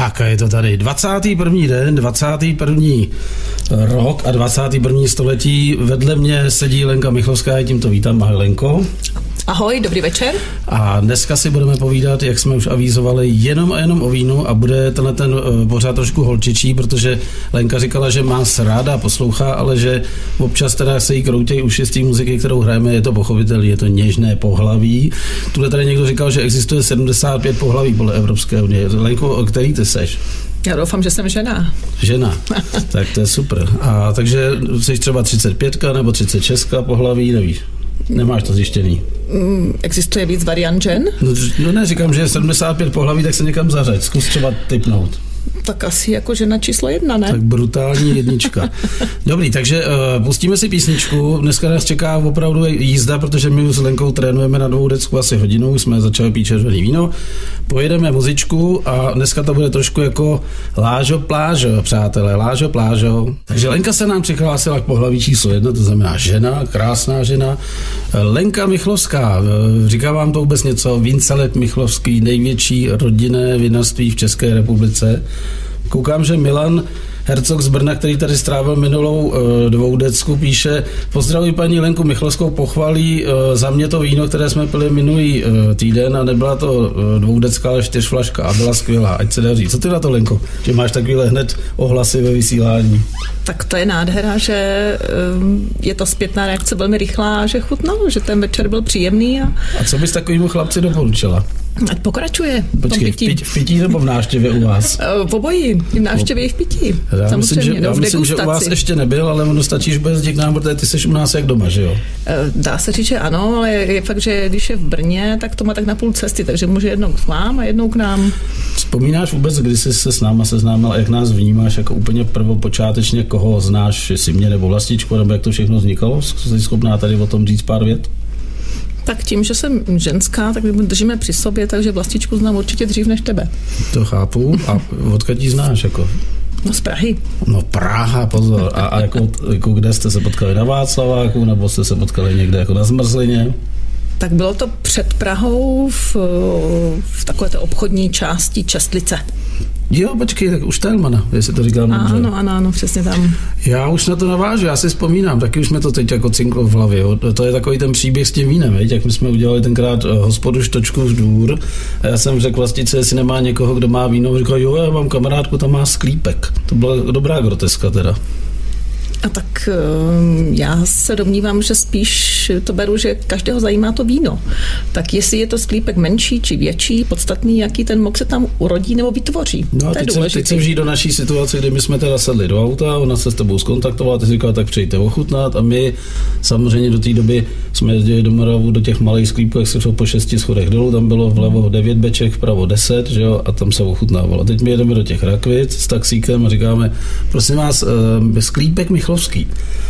Tak a je to tady 21. den, 21. rok a 21. století. Vedle mě sedí Lenka Michlovská, já tímto vítám. Ahoj Lenko. Ahoj, dobrý večer. A dneska si budeme povídat, jak jsme už avizovali, jenom a jenom o vínu a bude tenhle ten pořád trošku holčičí, protože Lenka říkala, že má se ráda, poslouchá, ale že občas teda se jí kroutějí uši z té muziky, kterou hrajeme, je to pochopitelné, je to něžné pohlaví. Tuhle tady někdo říkal, že existuje 75 pohlaví podle Evropské unie. Lenko, který ty seš? Já doufám, že jsem žena. Žena, tak to je super. A takže jsi třeba 35 nebo 36 pohlaví, nevíš? Nemáš to zjištěný. Existuje víc variant žen? No ne, říkám, že je 75 pohlaví, tak se někam zařaď. Zkus třeba tipnout. Tak asi jako žena číslo 1, ne? Tak brutální jednička. Dobrý, takže pustíme si písničku. Dneska nás čeká opravdu jízda, protože my s Lenkou trénujeme na 2 decku asi hodinu, jsme začali pít červený víno. Pojedeme muzičku a dneska to bude trošku jako lážo plážo, přátelé, lážo plážo. Takže Lenka se nám přihlásila k pohlaví číslo 1, to znamená žena, krásná žena. Lenka Michlovská, říká vám to vůbec něco? Vincelek Michlovský, největší rodinné vinařství v České republice. Koukám, že Milan Hercog z Brna, který tady strávil minulou 2 decku, píše: pozdravuji paní Lenku Michlovskou, pochválí za mě to víno, které jsme pili minulý týden a nebyla to 2 decka, ale 4 flaška a byla skvělá, ať se daří. Co ty na to, Lenko, že máš takovýhle hned ohlasy ve vysílání? Tak to je nádhera, že je to zpětná reakce velmi rychlá, že chutnalo, že ten večer byl příjemný. A co bys takovýmu chlapci doporučila? Ať pokračuje. Počkej, v pití nebo v návštěvě u vás? V obojí, v návštěvě i v pití. Já myslím, že u vás ještě nebyl, ale ono stačí, že bude jezdit k nám, protože ty jsi u nás jak doma, že jo? Dá se říct, že ano, ale je fakt, že když je v Brně, tak to má tak na půl cesty, takže může jednou k vám a jednou k nám. Vzpomínáš vůbec, kdy jsi se s náma seznámil, jak nás vnímáš jako úplně prvopočátečně, koho znáš, jestli mě nebo Vlastičku, nebo jak to všechno vznikalo? Jsi schopná tady o tom říct pár vět? Tak tím, že jsem ženská, tak my držíme při sobě, takže Vlastičku znám určitě dřív než tebe. To chápu. A odkud ji znáš? Jako? No z Prahy. No Praha, pozor. A jako kde jste se potkali, na Václaváku, nebo jste se potkali někde jako na Zmrzlině? Tak bylo to před Prahou v takové té obchodní části Čestlice. Jo, počkej, tak už Štelmana, jestli to říkám dobře. Ano, přesně tam. Já už na to navážu, já si vzpomínám, taky už jsme to teď jako cinklo v hlavě. Jo. To je takový ten příběh s tím vínem, jak my jsme udělali tenkrát hospodu Štočku z Dvůr a já jsem řekl Vlastice, jestli nemá někoho, kdo má víno, říkal, jo, já mám kamarádku, tam má sklípek. To byla dobrá groteska teda. A tak já se domnívám, že spíš to beru, že každého zajímá to víno. Tak jestli je to sklípek menší či větší, podstatný, jaký ten mok se tam urodí nebo vytvoří. No a teď se vžít do naší situace, kdy my jsme teda sedli do auta, ona se s tebou skontaktovala, ty si říkala, tak přijďte ochutnat a my samozřejmě do té doby jsme jezdili do Moravu do těch malých sklípků, jak se šlo po 6 schodech dolů, tam bylo vlevo 9 beček, vpravo 10, že jo, a tam se ochutnávalo. Teď my jedeme do těch Rakvic s taxíkem a říkáme, prosím vás, sklípek Michlovský.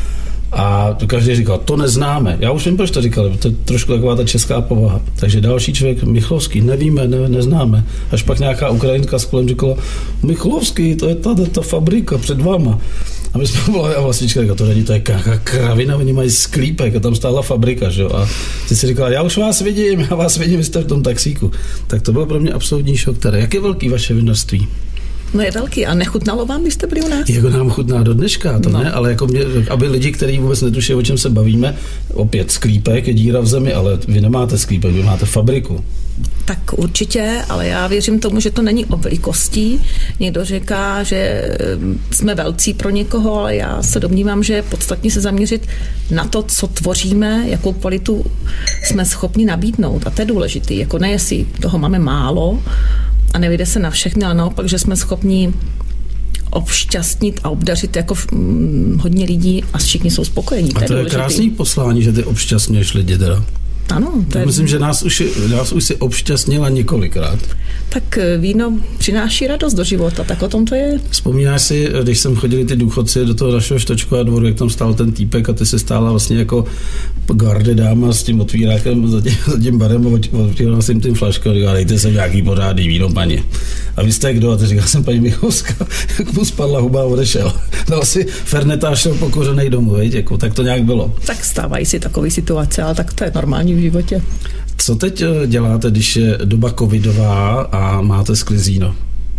A každý říkal, to neznáme. Já už vím, proč to říkali, to je trošku taková ta česká povaha. Takže další člověk, Michlovský, nevíme, neznáme. Až pak nějaká Ukrajinka s kolem říkala, Michlovský, to je ta fabrika před váma. A my jsme volali a Vlastička říkala, to není, to je kravina, oni mají sklípek a tam stála fabrika, že jo. A ty si říkala, já vás vidím, vy jste v tom taxíku. Tak to byl pro mě absolutní šok. Teda. Jak je velký vaše vinařství? No je velký. A nechutnalo vám, když jste byli u nás? Jako nám chutná do dneška, to ne, ale jako mě, aby lidi, kteří vůbec netuší, o čem se bavíme, opět sklípek je díra v zemi, ale vy nemáte sklípek, vy máte fabriku. Tak určitě, ale já věřím tomu, že to není o velikosti. Někdo říká, že jsme velcí pro někoho, ale já se domnívám, že podstatně se zaměřit na to, co tvoříme, jakou kvalitu jsme schopni nabídnout. A to je důležité. Jako ne, jestli toho máme málo a nevyjde se na všechny, ale naopak, že jsme schopni obšťastnit a obdařit jako hodně lidí a všichni jsou spokojení. A to je krásný poslání, že ty obšťastňuješ lidi teda. Ano. Já myslím, že nás už si obšťastnila několikrát. Tak víno přináší radost do života, tak o tom to je. Vzpomínáš si, když jsem chodili ty důchodci do toho našeho Štočkova dvoru, jak tam stál ten týpek a ty se stála vlastně jako garde dáma s tím otvírákem za tím barem a otvíral jsem tím flašku a říkal, dejte se nějaký pořádný víno, paní. A vy jste kdo? A ty říkal jsem paní Michlovská, jak mu spadla huba a odešel. Dal si Fernet a šel pokořenej domů, jako, tak to nějak bylo. Tak stávají si takové situace, ale tak to je normální v životě. Co teď děláte, když je doba covidová a máte sklizíno?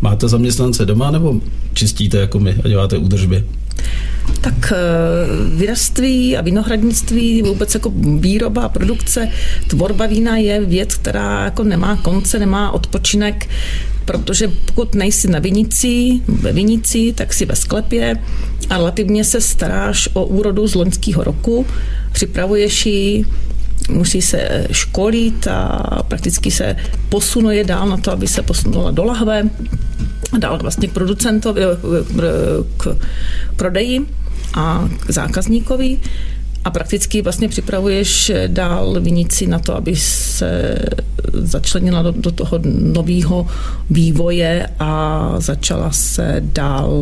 Máte zaměstnance doma nebo čistíte jako my a děláte údržby? Tak vinařství a vinohradnictví, vůbec jako výroba a produkce, tvorba vína je věc, která jako nemá konce, nemá odpočinek, protože pokud nejsi na ve vinici, tak si ve sklepě a relativně se staráš o úrodu z loňského roku, připravuješ ji, musí se školit a prakticky se posunuje dál na to, aby se posunula do lahve a dál vlastně k producentovi, k prodeji a k zákazníkovi a prakticky vlastně připravuješ dál vinici na to, aby se začlenila do toho nového vývoje a začala se dál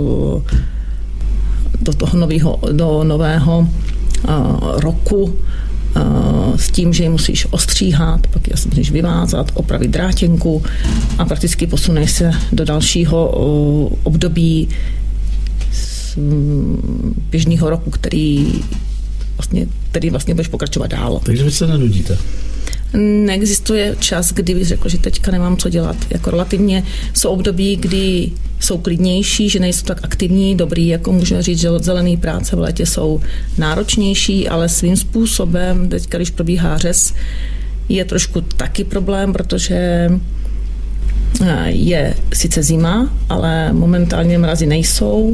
do nového roku s tím, že ji musíš ostříhat, pak ji musíš vyvázat, opravit drátěnku a prakticky posuneš se do dalšího období běžného roku, který vlastně budeš pokračovat dál. Takže vy se nenudíte? Neexistuje čas, kdy bych řekl, že teďka nemám co dělat. Jako relativně jsou období, kdy jsou klidnější, že nejsou tak aktivní, dobrý, jako můžeme říct, že zelený práce v létě jsou náročnější, ale svým způsobem, teďka, když probíhá řez, je trošku taky problém, protože je sice zima, ale momentálně mrazy nejsou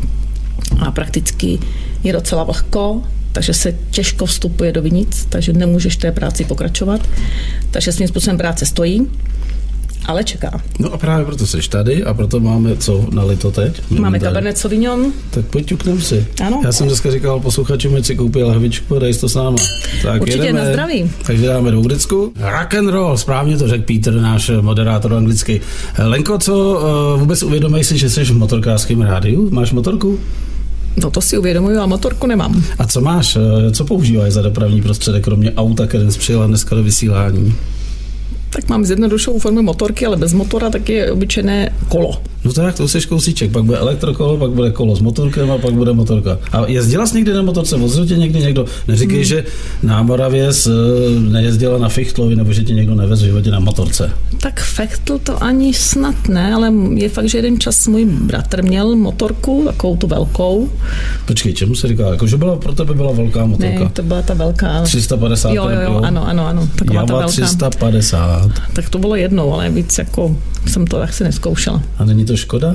a prakticky je docela vlhko, takže se těžko vstupuje do vinic, takže nemůžeš té práci pokračovat. Takže svým způsobem práce stojí, ale čeká. No a právě proto seš tady a proto máme co nalito teď? Máme Cabernet Sauvignon. Tak pojď ťuknem si. Ano. Já jsem dneska říkal posluchačům, ať si koupí lahvičku a dej to s náma. Tak určitě jedeme. Na zdraví. Takže dáme do Udecku. Rock and roll, správně to řekl Peter, náš moderátor anglický. Lenko, co vůbec uvědomíš si, že jsi v motorkářském rádiu? Máš motorku? No to si uvědomuju, ale motorku nemám. A co máš? Co používáš za dopravní prostředek, kromě auta, který jsi přijela dneska do vysílání? Tak mám zjednodušenou formu motorky, ale bez motora tak je obyčejné kolo. No tak, to jsi kousíček. Pak bude elektrokolo, pak bude kolo s motorkem a pak bude motorka. A jezdila jsi někdy na motorce? Vozil tě někdy někdo? Neříkej, že na Moravě nejezdila na Fichtlovi, nebo že tě někdo nevez v životě na motorce. Tak Fichtl to ani snad ne, ale je fakt, že jeden čas můj bratr měl motorku, takovou tu velkou. Počkej, čemu se říká? Jako, že pro tebe byla velká motorka? Ne, to byla ta velká. 350. Jo, ano. Taková ta velká. 350. Tak to bylo jednou, ale víc jako jsem to asi neskoušela. A není to škoda?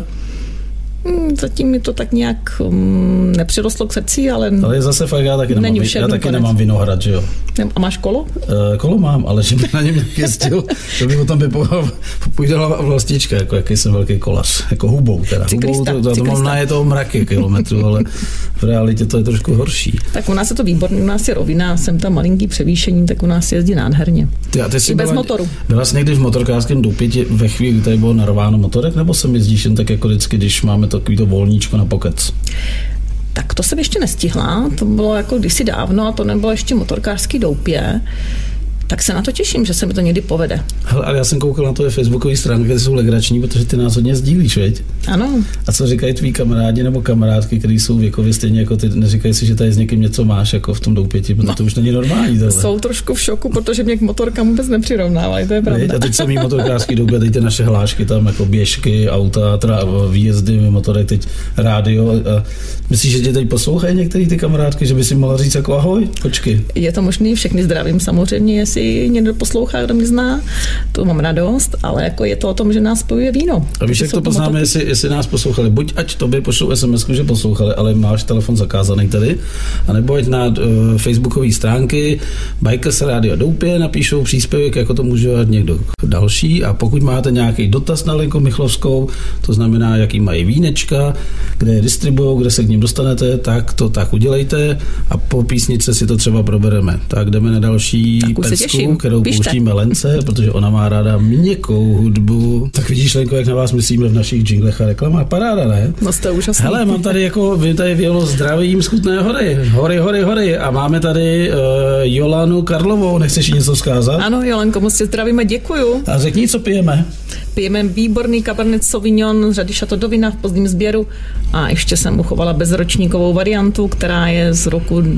Zatím mi to tak nějak nepřirostlo k srdci, ale je zase fakt, já taky nemám Vinohrad, že jo? A máš kolo? Kolo mám, ale že by na něm nějak jezdil, to by potom půjdala vlastička, jako jaký jsem velký kolař, jako hubou teda. Cyklista. To možná je to mraky kilometrů, ale v realitě to je trošku horší. Tak u nás je to výborný, u nás je rovina, jsem tam malinký převýšení, tak u nás jezdí nádherně. I bez motoru. Byla jsi někdy v motorkářském Doupěti ve chvíli, kdy tady bylo narváno motorek, nebo sem jezdíš jen tak jako vždycky, když máme takovýto volníčko na pokec? Tak to jsem ještě nestihla, to bylo jako kdysi dávno a to nebylo ještě motorkářský Doupě, tak se na to těším, že se mi to někdy povede. Hele, ale já jsem koukal na tvoje facebookové stránky, které jsou legrační, protože ty nás hodně sdílíš, veď? Ano. A co říkají tví kamarádi nebo kamarádky, kteří jsou věkově stejně jako ty, neříkají si, že tady s někým něco máš jako v tom Doupěti, protože to už není normální. Tohle. Jsou trošku v šoku, protože mě k motorkám vůbec nepřirovnávají, to je pravda. A teď samý motorkářský Doupě, teď ty naše hlášky tam jako běžky, auta, výjezdy, motorek, teď rádio. A myslíš, že tě teď poslouchají některé ty kamarádky, že by si mohla říct jako ahoj, počkej. Je to možný, všechny zdravím samozřejmě, jestli někdo poslouchá, kdo mě zná, to mám radost, ale jako je to o tom, že nás spojuje víno. A víš, jak to poznáme, jestli nás poslouchali? Buď ať tobě pošlou SMS, že poslouchali, ale máš telefon zakázaný tady, anebo ať na facebookové stránky Bikers Radio Doupě napíšou příspěvek, jako to může dělat někdo další, a pokud máte nějaký dotaz na Lenku Michlovskou, to znamená, jaký mají vínečka, kde je distribuujou, kde se k ním dostanete, tak to tak udělejte a po písničce si to třeba probereme. Tak jdeme na další pecku, kterou pouštíme Lence, protože ona má ráda měkkou hudbu. Tak vidíš, Lenko, jak na vás myslíme v našich jinglech a reklamách. Paráda, ne? No jste úžasný. Hele, mám tady jako, vy tady vyjelo zdravím z Kutné Hory. Hory. A máme tady Jolanu Karlovou. Nechceš jí něco vzkázat? Ano, Jolanko, moc tě zdravíme, děkuju. A řekni, co pijeme. Pijeme výborný Cabernet Sauvignon z řady Chateau d'Ovina v pozdním sběru a ještě jsem uchovala bezročníkovou variantu, která je z roku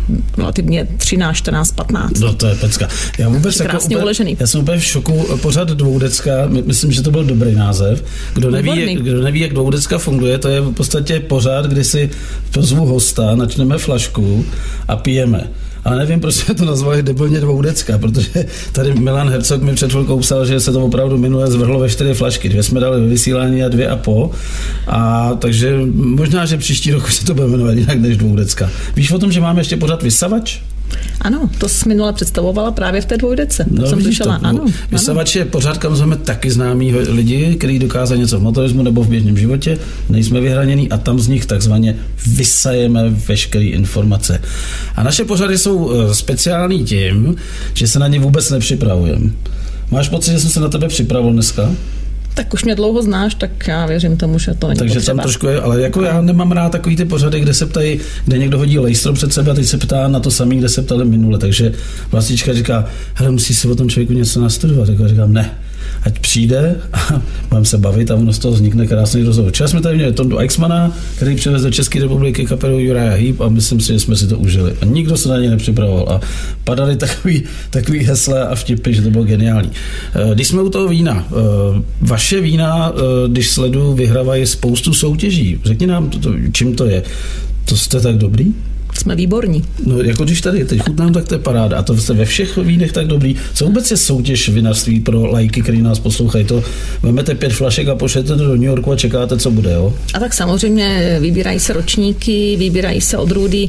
relativně 13, 14, 15. No to je pecka. Já vůbec krásně uležený. Já jsem úplně v šoku. Pořad Dvoudecka, myslím, že to byl dobrý název. Kdo neví, jak Dvoudecka funguje, to je v podstatě pořad, kdy si pozvu hosta, načneme flašku a pijeme. Ale nevím, proč jsme to nazvali debilně Dvoudecka, protože tady Milan Hercog mi před chvilkou psal, že se to opravdu minule zvrhlo ve 4 flašky. 2 jsme dali ve vysílání a 2,5. A takže možná, že příští rok se to bude jmenovat jinak než Dvoudecka. Víš o tom, že máme ještě pořad Vysavač? Ano, to jsi minule představovala právě v té Dvoudece. No, jsem slyšela, ano. Vysavač je pořád, kam jsme taky známí lidi, kteří dokázají něco v motorismu nebo v běžném životě, nejsme vyhranění a tam z nich takzvaně vysajeme veškeré informace. A naše pořady jsou speciální tím, že se na ně vůbec nepřipravujeme. Máš pocit, že jsem se na tebe připravil dneska? Tak už mě dlouho znáš, tak já věřím tomu, že to není takže potřeba. Tam trošku je, ale jako já nemám rád takový ty pořady, kde se ptají, kde někdo hodí lejstro před sebe a teď se ptá na to samý, kde se ptali minule. Takže vlastička říká, hele, musíš si o tom člověku něco nastudovat. Tak já říkám, ne, ať přijde a budeme se bavit a ono z toho vznikne krásný rozhovor. Včera jsme tady měli Tondu Eichsmana, který přivez do České republiky kapelu Uriah Heep a myslím si, že jsme si to užili. A nikdo se na ně nepřipravoval a padaly takový hesla a vtipy, že to bylo geniální. Když jsme u toho vína, vaše vína, když sleduju, vyhrávají spoustu soutěží. Řekni nám, čím to je. To jste tak dobrý? Jsme výborní. No, jako když tady teď chutnám, tak to je paráda. A to jste ve všech vínech tak dobrý. Co vůbec je soutěž vinařství pro lajky, který nás poslouchají? To vemete 5 flašek a pošlete to do New Yorku a čekáte, co bude, jo? A tak samozřejmě vybírají se ročníky, vybírají se odrůdy.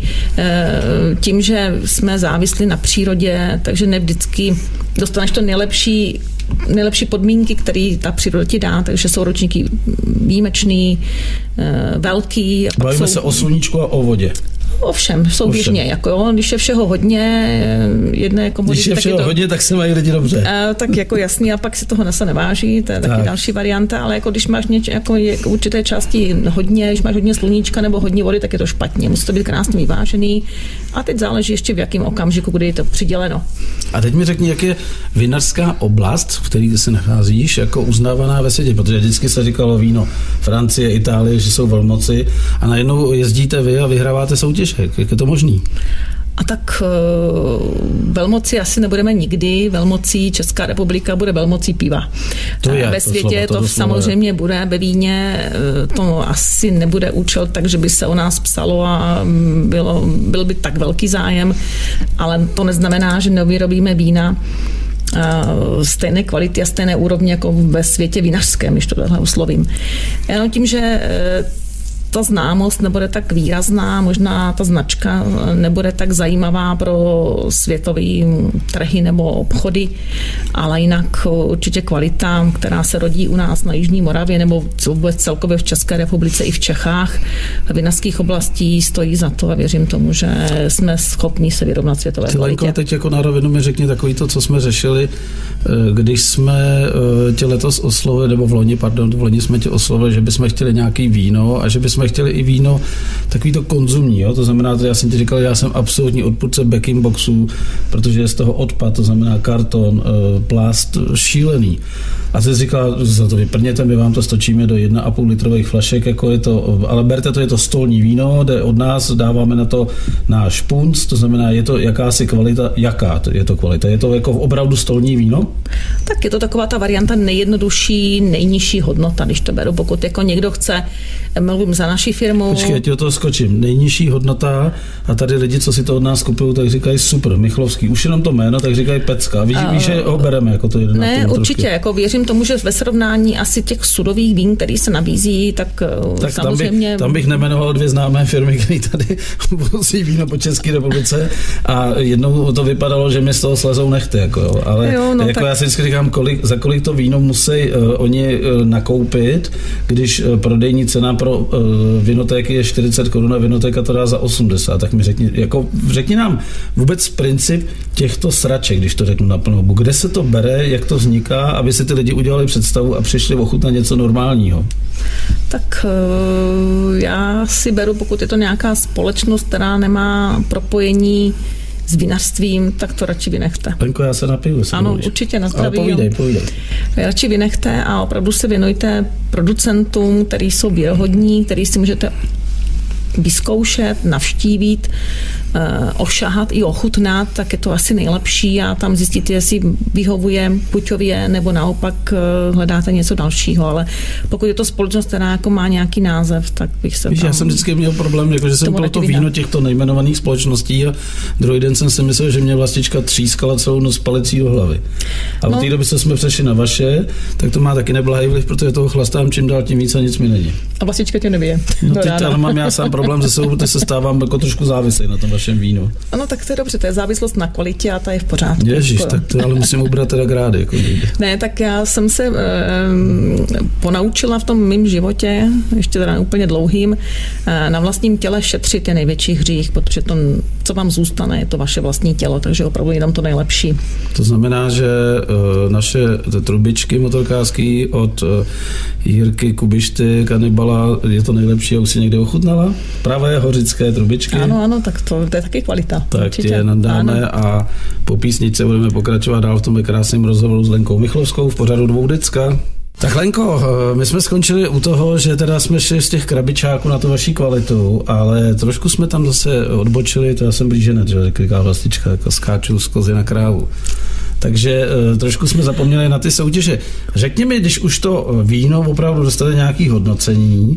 Tím, že jsme závislí na přírodě, takže ne vždycky dostaneš to nejlepší podmínky, které ta příroda ti dá, takže jsou ročníky výjimečný, velký. Bavíme se o sluníčku a o vodě. Ovšem, souběžně, jako jo, když je všeho hodně, jedné komodity, když je všeho hodně, tak se mají lidi dobře. Tak jako jasný, a pak si toho se neváží, to je taky další varianta, ale jako když máš jako určité části hodně, když máš hodně sluníčka nebo hodně vody, tak je to špatně, musí to být krásně vyvážený a teď záleží ještě v jakém okamžiku, kdy je to přiděleno. A teď mi řekni, jak je vinařská oblast, v které ty se nacházíš, jako uznávaná ve světě, protože vždycky se říkalo víno Francie, Itálie, že jsou velmoci a najednou jezdíte vy a vyhráváte soutěž. Jak je to možný? A tak velmocí asi nebudeme nikdy. Velmocí Česká republika bude velmocí piva. Ve světě to samozřejmě bude, ve víně to asi nebude účel, takže by se o nás psalo a byl by tak velký zájem, ale to neznamená, že nevyrobíme vína stejné kvality a stejné úrovně jako ve světě vinařském, když to takhle uslovím. Jenom tím, že ta známost nebude tak výrazná, možná ta značka nebude tak zajímavá pro světový trhy nebo obchody, ale jinak určitě kvalita, která se rodí u nás na Jižní Moravě nebo vůbec celkově v České republice i v Čechách, v vinařských oblastí stojí za to a věřím tomu, že jsme schopni se vyrovnat světové kvalitě. Teď jako na rovinu mi řekni takový to, co jsme řešili, když jsme tě letos oslovili, nebo v loni jsme tě oslovili, že bychom chtěli nějaký víno a že bychom chtěli i víno takový to konzumní, jo? To znamená, že já jsem ti říkal, já jsem absolutní odpůrce backing boxů, protože je z toho odpad, to znamená karton, plast, šílený. A ty jsi říkal, za to vyprněte, my vám to stočíme do 1,5 litrových flašek, jako je to, ale berte, to je to stolní víno, jde od nás, dáváme na to náš punc, to znamená, je to jakási kvalita, jaká je to kvalita? Je to jako opravdu stolní víno? Tak je to taková ta varianta nejjednodušší, nejnižší hodnota, když to beru, pokud jako někdo chce, mluvím za naši firmu. Počkej, já ti o toho skočím. Nejnižší hodnota a tady lidi, co si to od nás kupují, tak říkají super, Michlovský. Už jenom to jméno, tak říkají pecka. Víš, že ho bereme jako to 1,5 Ne, určitě, jako věřím tomu, že ve srovnání asi těch sudových vín, který se nabízí, tak samozřejmě... Tam bych nejmenoval 2 známé firmy, které tady vozí víno po České republice a jednou to vypadalo, že mi z toho slezou nechty, jako jo. Ale jako tak... já si vždycky říkám, za kolik to víno musí oni nakoupit, když prodejní cena pro vinotéky je 40 korun a vinotéka to dá za 80, tak mi řekni nám vůbec princip těchto sraček, když to řeknu na plnou hubu. Kde se to bere, jak to vzniká, aby si ty lidi udělali představu a přišli ochutnat něco normálního? Tak já si beru, pokud je to nějaká společnost, která nemá propojení s vinařstvím, tak to radši vynechte. Lenko, já se napiju. Ano, určitě na zdraví. Ale povídej. Radši vynechte a opravdu se věnujte producentům, který jsou věrohodní, který si můžete vyzkoušet, navštívit, ošahat i ochutnat, tak je to asi nejlepší a tam zjistit, jestli vyhovuje puťově nebo naopak hledáte něco dalšího, ale pokud je to společnost, která jako má nějaký název, tak bych se já jsem vždycky měl problém, jako, že jsem pil to víno těchto nejmenovaných společností a druhý den jsem si myslel, že mě vlastička třískala celou noc palicí do hlavy. A od té doby jsme přešli na vaše, tak to má taky neblahý vliv, protože toho chlastám čím dál tím víc a nic mi není. A vlastička tě nebije. No teď ale mám já sám problém se sebou, protože se stávám jako trošku závislý na tom vašem vínu. Ano, tak to je dobře, to je závislost na kvalitě a ta je v pořádku. Ježiš, tak to ale musím ubrat teda grády. Jako ne, tak já jsem se ponaučila v tom mým životě, ještě teda úplně dlouhým, na vlastním těle šetřit je největší hřích, protože to, co vám zůstane, je to vaše vlastní tělo, takže opravdu jenom to nejlepší. To znamená, že naše trubičky motorkářský od Jirky Kubišty, Kanibala, je to nejlepší a už si někde ochutnala? Pravé hořické trubičky. Ano, tak to je taky kvalita. Tak určitě. Tě nadáme a po písničce budeme pokračovat dál v tom krásném rozhovoru s Lenkou Michlovskou v pořadu Dvou decka. Tak Lenko, my jsme skončili u toho, že teda jsme šli z těch krabičáků na tu vaši kvalitu, ale trošku jsme tam zase odbočili, to já jsem blíženec, že říká vlastička, jako skáču z kozy na krávu. Takže trošku jsme zapomněli na ty soutěže. Řekni mi, když už to víno opravdu dostane nějaký hodnocení,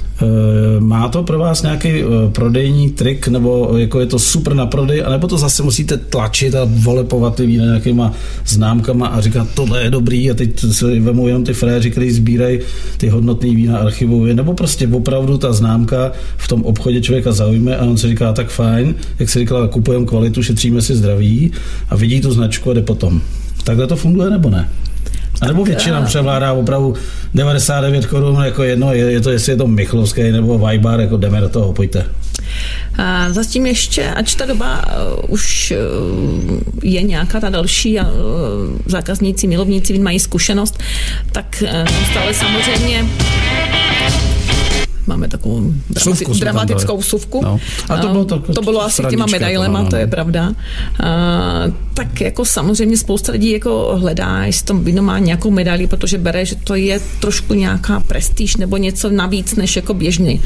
má to pro vás nějaký prodejní trik, nebo jako je to super na prodej, anebo to zase musíte tlačit a volepovat ty vína nějakýma známkama a říkat, tohle je dobrý a teď se vemou jenom ty fréři, kteří sbírají ty hodnotný vína, archivují, nebo prostě opravdu ta známka v tom obchodě člověka zaujme a on si říká, tak fajn, jak se říkala, kupujeme kvalitu, šetříme si zdraví a vidí tu značku a jde potom. Takhle to funguje nebo ne? A nebo většina převládá opravdu 99 korun, jako jedno, je to, jestli je to Michlovský nebo Vajbar, jako jdeme do toho, pojďte. A zatím ještě, ač ta doba už je nějaká ta další a zákazníci, milovníci mají zkušenost, tak stále samozřejmě máme takovou dramatickou vsuvku. No. A to bylo asi těma medailema, to je pravda. Tak jako samozřejmě spousta lidí jako hledá, jestli to víno má nějakou medaili, protože bere, že to je trošku nějaká prestiž nebo něco navíc než jako běžný.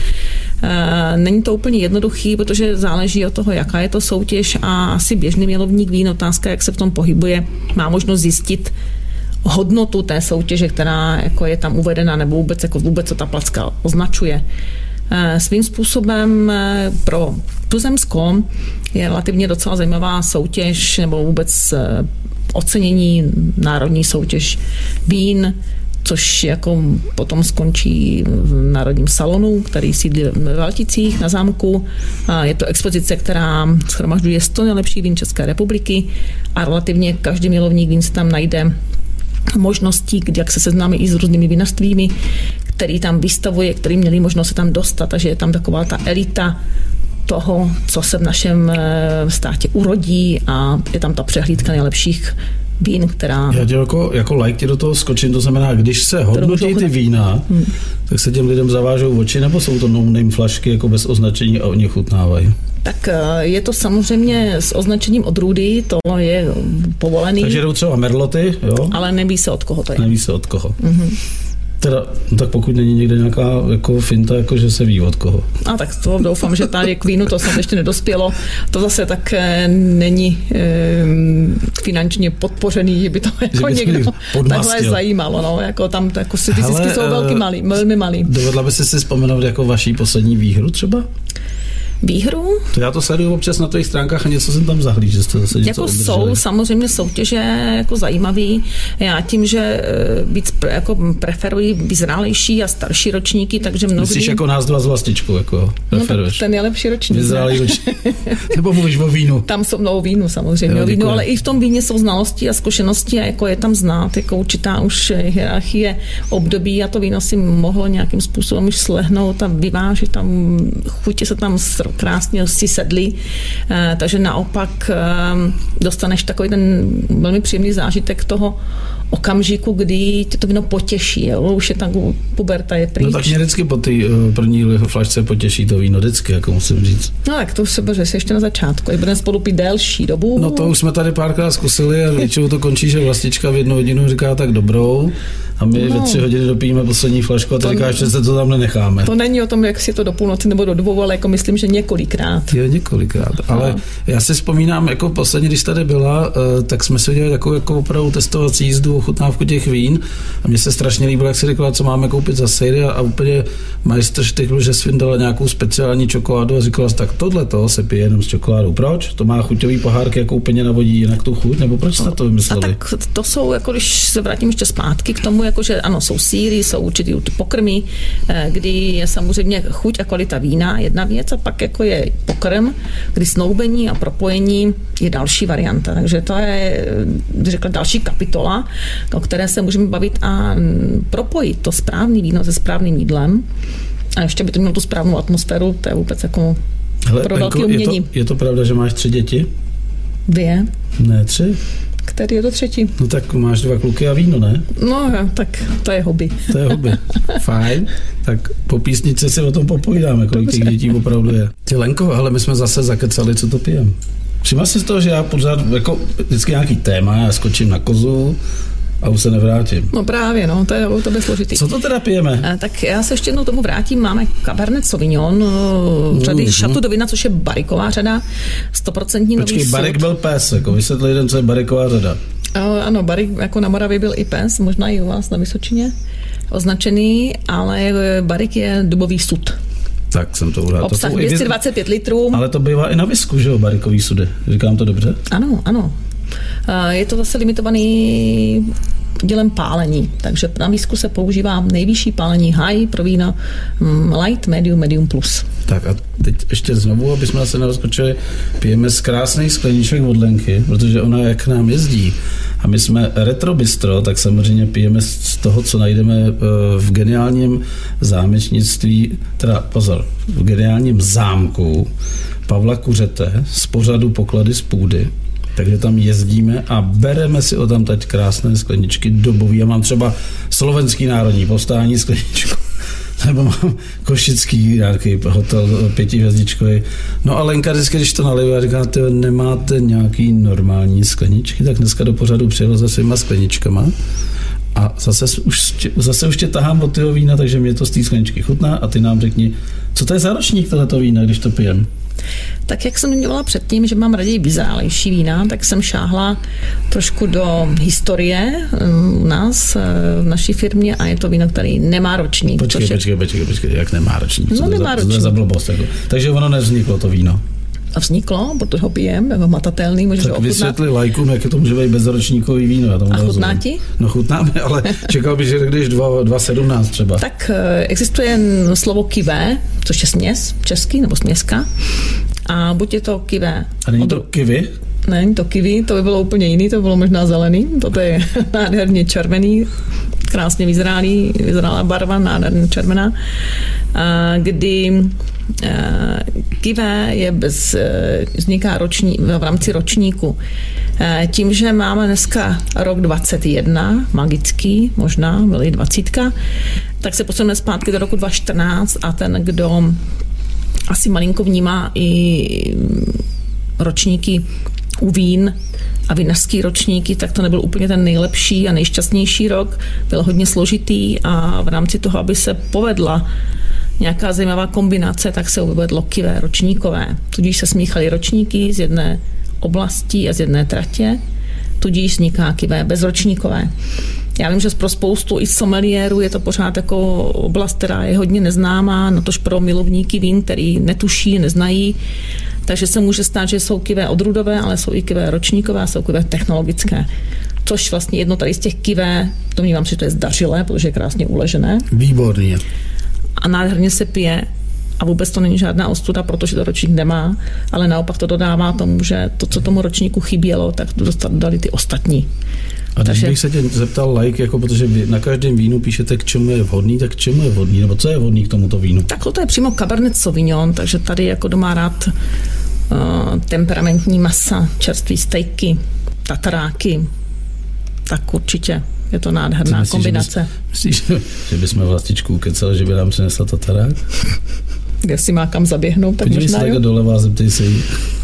Není to úplně jednoduchý, protože záleží od toho, jaká je to soutěž a asi běžný milovník vín, otázka, jak se v tom pohybuje, má možnost zjistit hodnotu té soutěže, která jako je tam uvedena, nebo vůbec co ta placka označuje. Svým způsobem pro Tuzemsko je relativně docela zajímavá soutěž, nebo vůbec ocenění národní soutěž vín, což jako potom skončí v Národním salonu, který sídlí ve Valticích na zámku. Je to expozice, která shromažďuje 100 nejlepších vín České republiky a relativně každý milovník vín se tam najde možností, jak se seznámí i s různými vinařstvími, který tam vystavuje, který měli možnost se tam dostat, takže je tam taková ta elita toho, co se v našem státě urodí a je tam ta přehlídka nejlepších vín, která... Já tě jako like tě do toho skočím, to znamená, když se hodnotí ty vína, tak se těm lidem zavážou oči, nebo jsou to no-name flašky jako bez označení a oni chutnávají? Tak je to samozřejmě s označením odrůdy, to je povolený. Takže jdou třeba merloty, jo? Ale neví se od koho to je. Neví se od koho. Mm-hmm. Teda, no tak pokud není někde nějaká jako finta, jako že se ví od koho. A tak to doufám, že tady k vínu to snad ještě nedospělo. To zase tak není finančně podpořený, že by to jako někdo takhle zajímalo. No, jako tam jako si ty zisky jsou velmi malý. Dovedla by si vzpomenout jako vaší poslední výhru třeba? Výhru? To já to sleduju občas na tvých stránkách a něco jsem tam zahlíd, že jste zase něco jako obdrželi. Jsou samozřejmě soutěže jako zajímavý. Já tím, že víc jako preferuji vyzrálejší a starší ročníky, takže mnohdy... Myslíš jako nás dva z vlastičkou, jako preferuješ? No tak ten je lepší ročník. Vyzrálej ročník. Nebo mluvíš o vínu? Tam jsou o vínu samozřejmě, o vínu, ale i v tom víně jsou znalosti a zkušenosti a jako je tam znát, jako určitá už hierarchie období a to víno si mohlo nějakým způsobem už slehnout a vyvážit tam, chutě se tam krásně si sedli, takže naopak dostaneš takový ten velmi příjemný zážitek toho okamžiku, kdy tě to víno potěší. Jo? Už je tam puberta je pryč. No tak mě vždycky po té první flašce potěší to víno, vždycky, jako musím říct. No tak to se bože, ještě na začátku. I budeme spolu pít delší dobu. No to už jsme tady párkrát zkusili a většinou to končí, že vlastička v 1 hodinu říká tak dobrou a my ve 3 hodiny dopijeme poslední flašku a ty říkáš, že se to tam nenecháme. To není o tom, jak si to do půlnoci nebo do 2, ale jako myslím, že několikrát. Jo, několikrát, ale já si vzpomínám, jako posledně, když tady byla, tak jsme si udělali takovou jako opravdu testovací jízdu, ochutnávku těch vín a mně se strašně líbilo, jak si říkala, co máme koupit za sejry a úplně majstr štychl, že jsi dala nějakou speciální čokoládu a říkala tak tohleto se pije jenom s čokoládou. Proč? To má chuťový pohárky, jako úplně navodí jinak tu chuť, nebo proč na to vymysleli? A tak to jsou, jako když se vrátím ještě zpátky k tomu, jakože ano, jsou sýry, jsou určitý pokrmy, kdy je samozřejmě chuť a kvalita vína jedna věc a pak jako je pokrm, kdy snoubení a propojení je další varianta. Takže to je, řekla, další kapitola, o které se můžeme bavit a propojit to správný víno se správným jídlem. A ještě by to mělo tu správnou atmosféru, to je vůbec jako pro velké umění. Je to pravda, že máš 3 děti? 2. Ne, 3. Který je to 3? No tak máš 2 kluky a víno, ne? No, tak to je hobby. To je hobby. Fajn. Tak po písničce si o tom popovídáme, kolik těch dětí opravdu je. Ty Lenko, ale my jsme zase zakecali, co to pijem. Všimla si z toho, že já pořád, jako vždycky nějaký téma, já skočím na kozu a už se nevrátím. No právě, no, to je o tebe složitý. Co to teda pijeme? Tak já se ještě jednou tomu vrátím. Máme Cabernet Sauvignon, řady Chateau de Vina, což je bariková řada, 100% nový sud. Počkej, barik byl pes, jako vysvětli jeden, co je bariková řada. Ano, barik jako na Moravě byl i pes, možná i u vás na Vysočině označený, ale barik je dubový sud. Tak jsem to udělal. Obsah 225 litrů. Ale to bývá i na visku, že jo, barikový sudy. Říkám to dobře? Ano. Je to zase limitovaný dělem pálení, takže na výzku se používá nejvyšší pálení high pro víno light, medium plus. Tak a teď ještě znovu, aby jsme se nerozkočili, pijeme z krásných skleniček od Lenky, protože ona jak nám jezdí a my jsme retro bistro, tak samozřejmě pijeme z toho, co najdeme v geniálním zámečnictví, teda pozor, v geniálním zámku Pavla Kuřete z pořadu Poklady z půdy. Takže tam jezdíme a bereme si o tam teď krásné skleničky dobový. Já mám třeba slovenský národní povstání skleničku, nebo mám košický nějaký hotel 5hvězdičkový. No a Lenka vždycky, když to naliju, říká, ty nemáte nějaký normální skleničky, tak dneska do pořadu přijelo se svýma skleničkama. A zase už tě tahám od tyho vína, takže mě to z té skleničky chutná a ty nám řekni, co to je za ročník tohleto vína, když to pijem? Tak jak jsem měla předtím, že mám raději vyzrálejší vína, tak jsem šáhla trošku do historie u nás, v naší firmě a je to víno, který nemá ročník. Počkej, jak nemá ročník? No nemá ročník. To je za blbost. Jako. Takže ono nevzniklo to víno. A vzniklo, protože ho pijem, jako matatelný, můžeš ho ochutnat. Tak vysvětli lajkům, jak to může být bezročníkový víno. Já tomu a chutná ti? No chutnáme, ale čekal bych, že když 2,17 třeba. Tak existuje slovo kivé, což je směs, český nebo směska. A buď je to kivé. A není to kiwi? Ne, není to kiwi, to by bylo úplně jiný, to by bylo možná zelený. Toto je nádherně červený, krásně vyzrálá barva, nádherně červená. Kdy kivé je vzniká v rámci ročníku. Tím, že máme dneska rok 21, magický, možná, byly 20, tak se posuneme zpátky do roku 2014 a ten, kdo asi malinko vnímá i ročníky u vín a vinařský ročníky, tak to nebyl úplně ten nejlepší a nejšťastnější rok. Byl hodně složitý a v rámci toho, aby se povedla nějaká zajímavá kombinace, tak se uvedlo kivé ročníkové. Tudíž se smíchaly ročníky z jedné oblasti a z jedné tratě, tudíž vzniká kivé bezročníkové. Já vím, že pro spoustu i sommeliérů je to pořád jako oblast, která je hodně neznámá, natož pro milovníky vín, který netuší, neznají. Takže se může stát, že jsou kivé odrůdové, ale jsou i kivé ročníkové a jsou kivé technologické. Což vlastně jedno tady z těch kivé, domnívám si, že to je zdařilé, protože je krásně uležené. Výborně. A nádherně se pije a vůbec to není žádná ostuda, protože to ročník nemá, ale naopak to dodává tomu, že to, co tomu ročníku chybělo, tak to dodali ty ostatní. A když bych se tě zeptal jako protože vy na každém vínu píšete, k čemu je vhodný, tak k čemu je vhodný, nebo co je vhodný k tomuto vínu? Tak to je přímo Cabernet Sauvignon, takže tady jako kdo má rád temperamentní masa, čerství stejky, tataráky, tak určitě je to nádherná kombinace. Myslíš, že bychom vlastičku kecali, že by nám přinesla tatarák? Kde si má kam zaběhnout, tak podívej možná se takhle doleva a zeptej se jí.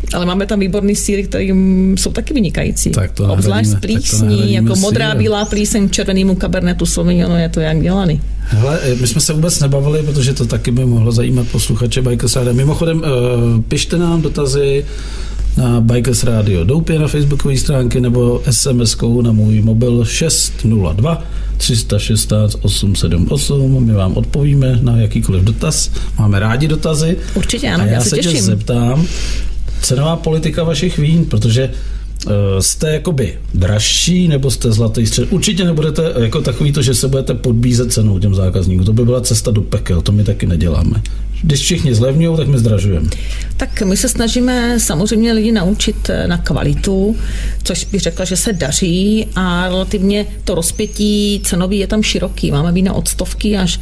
Ale máme tam výborný sýry, které jsou taky vynikající. Tak to obzvlášť z plísní, jako modrá, bílá plíseň k červenému Cabernetu Sauvignon, je to jak dělaný. Hele, my jsme se vůbec nebavili, protože to taky by mohlo zajímat posluchače Bikers Radio. Mimochodem, pište nám dotazy na Bikers Radio Doupě na facebookové stránky nebo SMS-kou na můj mobil 602 316 878. My vám odpovíme na jakýkoliv dotaz. Máme rádi dotazy. Určitě ano, a já se se těším. tě zeptám, cenová politika vašich vín, protože jste jakoby dražší, nebo jste zlatý střed? Určitě nebudete jako takový to, že se budete podbízet cenou těm zákazníkům. To by byla cesta do pekel, to my taky neděláme. Když všichni zlevňují, tak my zdražujeme. Tak my se snažíme samozřejmě lidi naučit na kvalitu, což bych řekla, že se daří a relativně to rozpětí cenový je tam široký. Máme vína od 100 až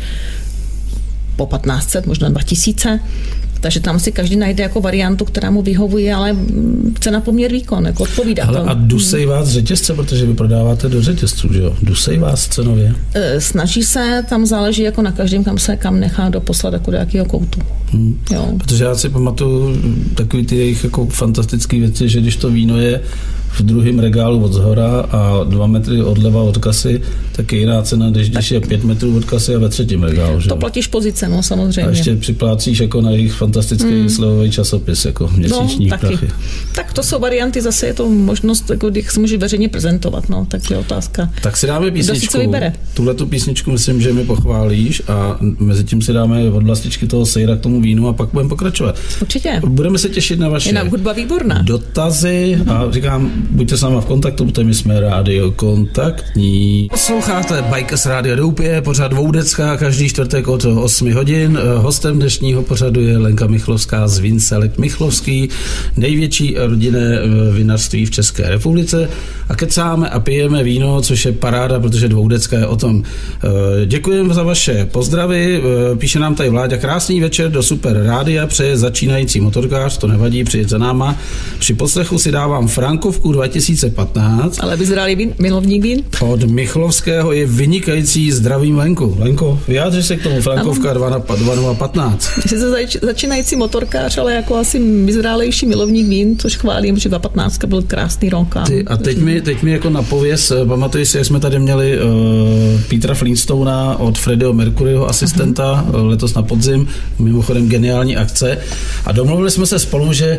po 1500, možná 2000. Takže tam si každý najde jako variantu, která mu vyhovuje, ale cena poměr výkon, jako odpovídá. Ale a dusej vás řetězce, protože vy prodáváte do řetězců, že jo? Dusej vás cenově? Snaží se, tam záleží jako na každém, kam nechá doposlat jako do jakého koutu. Jo. Protože já si pamatuju takový ty jejich jako fantastické věci, že když to víno je v druhém regálu od zhora a 2 metry odleva od kasy, tak je jiná cena, když je 5 metrů od kasy a ve třetím regálu. Že? To platíš pozice, no samozřejmě. A ještě připlácíš jako na jejich fantastický slevový časopis, jako měsíční prachy. Tak to jsou varianty, zase je to možnost, jako když se může veřejně prezentovat, no, tak je otázka. Tak si dáme písničku. Vybere. Tuhletu písničku myslím, že mi pochválíš a mezi tím si dáme od Vlastičky toho sejra k tomu vínu a pak budeme pokračovat. Určitě. Budeme se těšit na vaše hudba výborná. Dotazy a říkám, buďte s náma v kontaktu, protože my jsme rádio kontaktní. Posloucháte Bikers Radio Doupě, pořad Dvoudecká, každý čtvrtek od 8 hodin. Hostem dnešního pořadu je Lenka Michlovská z Vinselect Michlovský, největší rodinné vinařství v České republice. A kecáme a pijeme víno, což je paráda, protože Dvoudecká je o tom. Děkujeme za vaše pozdravy. Píše nám tady Vláďa, krásný večer do Super rádia, přeje začínající motorkář, to nevadí, přijď za náma. Při poslechu si dávám Frankovku 2015. Ale vyzrálý milovník vín? Od Michlovského je vynikající zdravým Lenku. Lenko, vyjádři se k tomu, Frankovka 2015. Jsi začínající motorkář, ale jako asi vyzrálejší milovník vín, což chválím, že 2015 byl krásný rok. A teď mi jako napověz, pamatuji si, jak jsme tady měli Petera Flintstona od Freddieho Mercuryho asistenta letos na podzim, mimochodem geniální akce. A domluvili jsme se spolu, že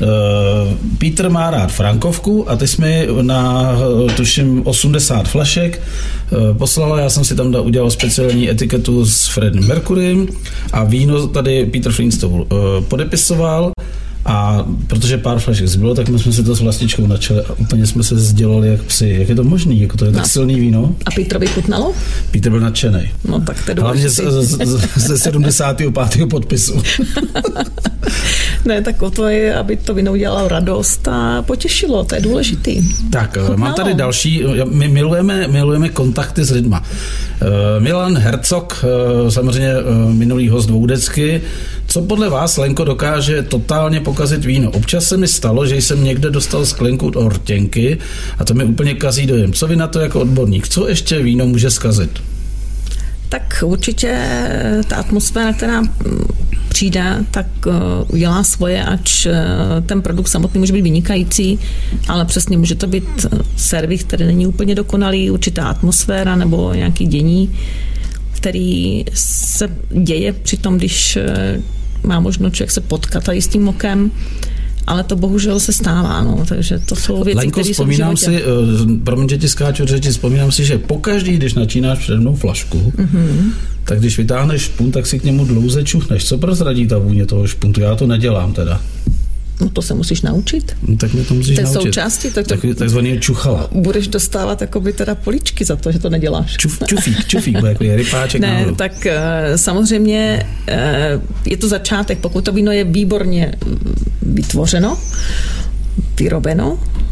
Peter má rád Frankovku a ty jsi mi na, tuším, 80 flašek poslala, já jsem si tam udělal speciální etiketu s Freddiem Mercurym a víno tady Peter Flintstone podepisoval. A protože pár flašek zbylo, tak my jsme si to s Vlastičkou načali a úplně jsme se sdělali jak psi. Jak je to možný? Jako to je tak silný víno. A Petrovi chutnalo? Petr byl nadšenej. No tak to je hlavně ze 75. podpisu. Ne, tak o to je, aby to víno udělalo radost a potěšilo, to je důležitý. Tak, mám tady další, my milujeme kontakty s lidma. Milan Hercog, samozřejmě minulý host Dvoudecky. Co podle vás, Lenko, dokáže totálně pokazit víno? Občas se mi stalo, že jsem někde dostal sklenku od ortěnky a to mi úplně kazí dojem. Co vy na to jako odborník? Co ještě víno může zkazit? Tak určitě ta atmosféra, která přijde, tak udělá svoje, ač ten produkt samotný může být vynikající, ale přesně může to být servis, který není úplně dokonalý, určitá atmosféra nebo nějaký dění, který se děje při tom, když má možnost člověk se potkat tady s tím okem, ale to bohužel se stává, no, takže to jsou věci, které jsou v životě. Promiň, že ti skáču řeči, vzpomínám si, že pokaždý, když načínáš přede mnou flašku, tak když vytáhneš špunt, tak si k němu dlouze čuchneš. Co prozradí ta vůně toho špuntu? Já to nedělám teda. No to se musíš naučit. No, tak mě to musíš naučit. Součástí. Takzvaný čuchala. Budeš dostávat jakoby teda poličky za to, že to neděláš. Čufík, bo jako je rypáček. Ne, náhodou. Tak samozřejmě je to začátek. Pokud to víno je výborně vytvořeno, vyrobeno,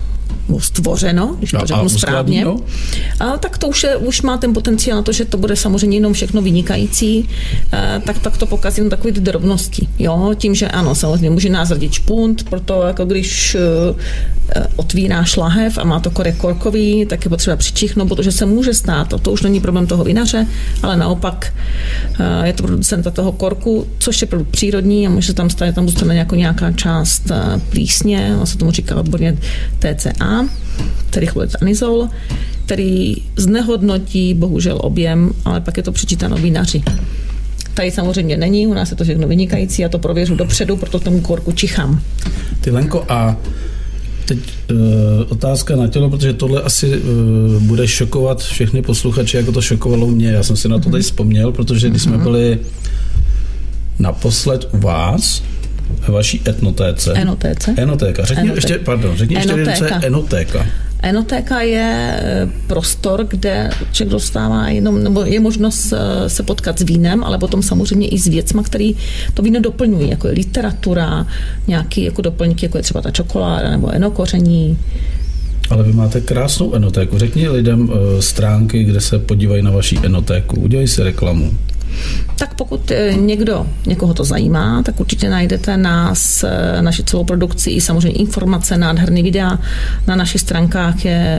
stvořeno, když to řeknu správně, tak to už má ten potenciál na to, že to bude samozřejmě jenom všechno vynikající, tak to pokazí na takové drobnosti. Jo? Tím, že ano, samozřejmě může názradit špunt, proto jako když otvíráš lahev a má to korek korkový, tak je potřeba přičichnout, protože se může stát, a to už není problém toho vinaře, ale naopak je to producenta toho korku, což je produkt přírodní a může se tam stát, tam zůstane nějaká část plísně, se tomu říká odborně TCA, tedy chloretanizol, který znehodnotí bohužel objem, ale pak je to přičítáno vinaři. Tady samozřejmě není, u nás je to všechno vynikající, já to prověřu dopředu, proto tomu korku čichám. Ty Lenko, a teď otázka na tělo, protože tohle asi bude šokovat všechny posluchače, jako to šokovalo mě. Já jsem si na to tady vzpomněl, protože když jsme byli naposled u vás, ve vaší etnotéce. Enotéka. Řekni ještě jednou, co je enotéka. Enotéka je prostor, kde člověk dostává nebo je možnost se potkat s vínem, ale potom samozřejmě i s věcma, který to víno doplňují, jako je literatura, nějaký jako doplňky, jako je třeba ta čokoláda nebo enokoření. Ale vy máte krásnou enotéku. Řekni lidem stránky, kde se podívají na vaši enotéku. Udělej si reklamu. Tak pokud někoho to zajímá, tak určitě najdete naši celou produkci i samozřejmě informace, nádherný videa. Na našich stránkách je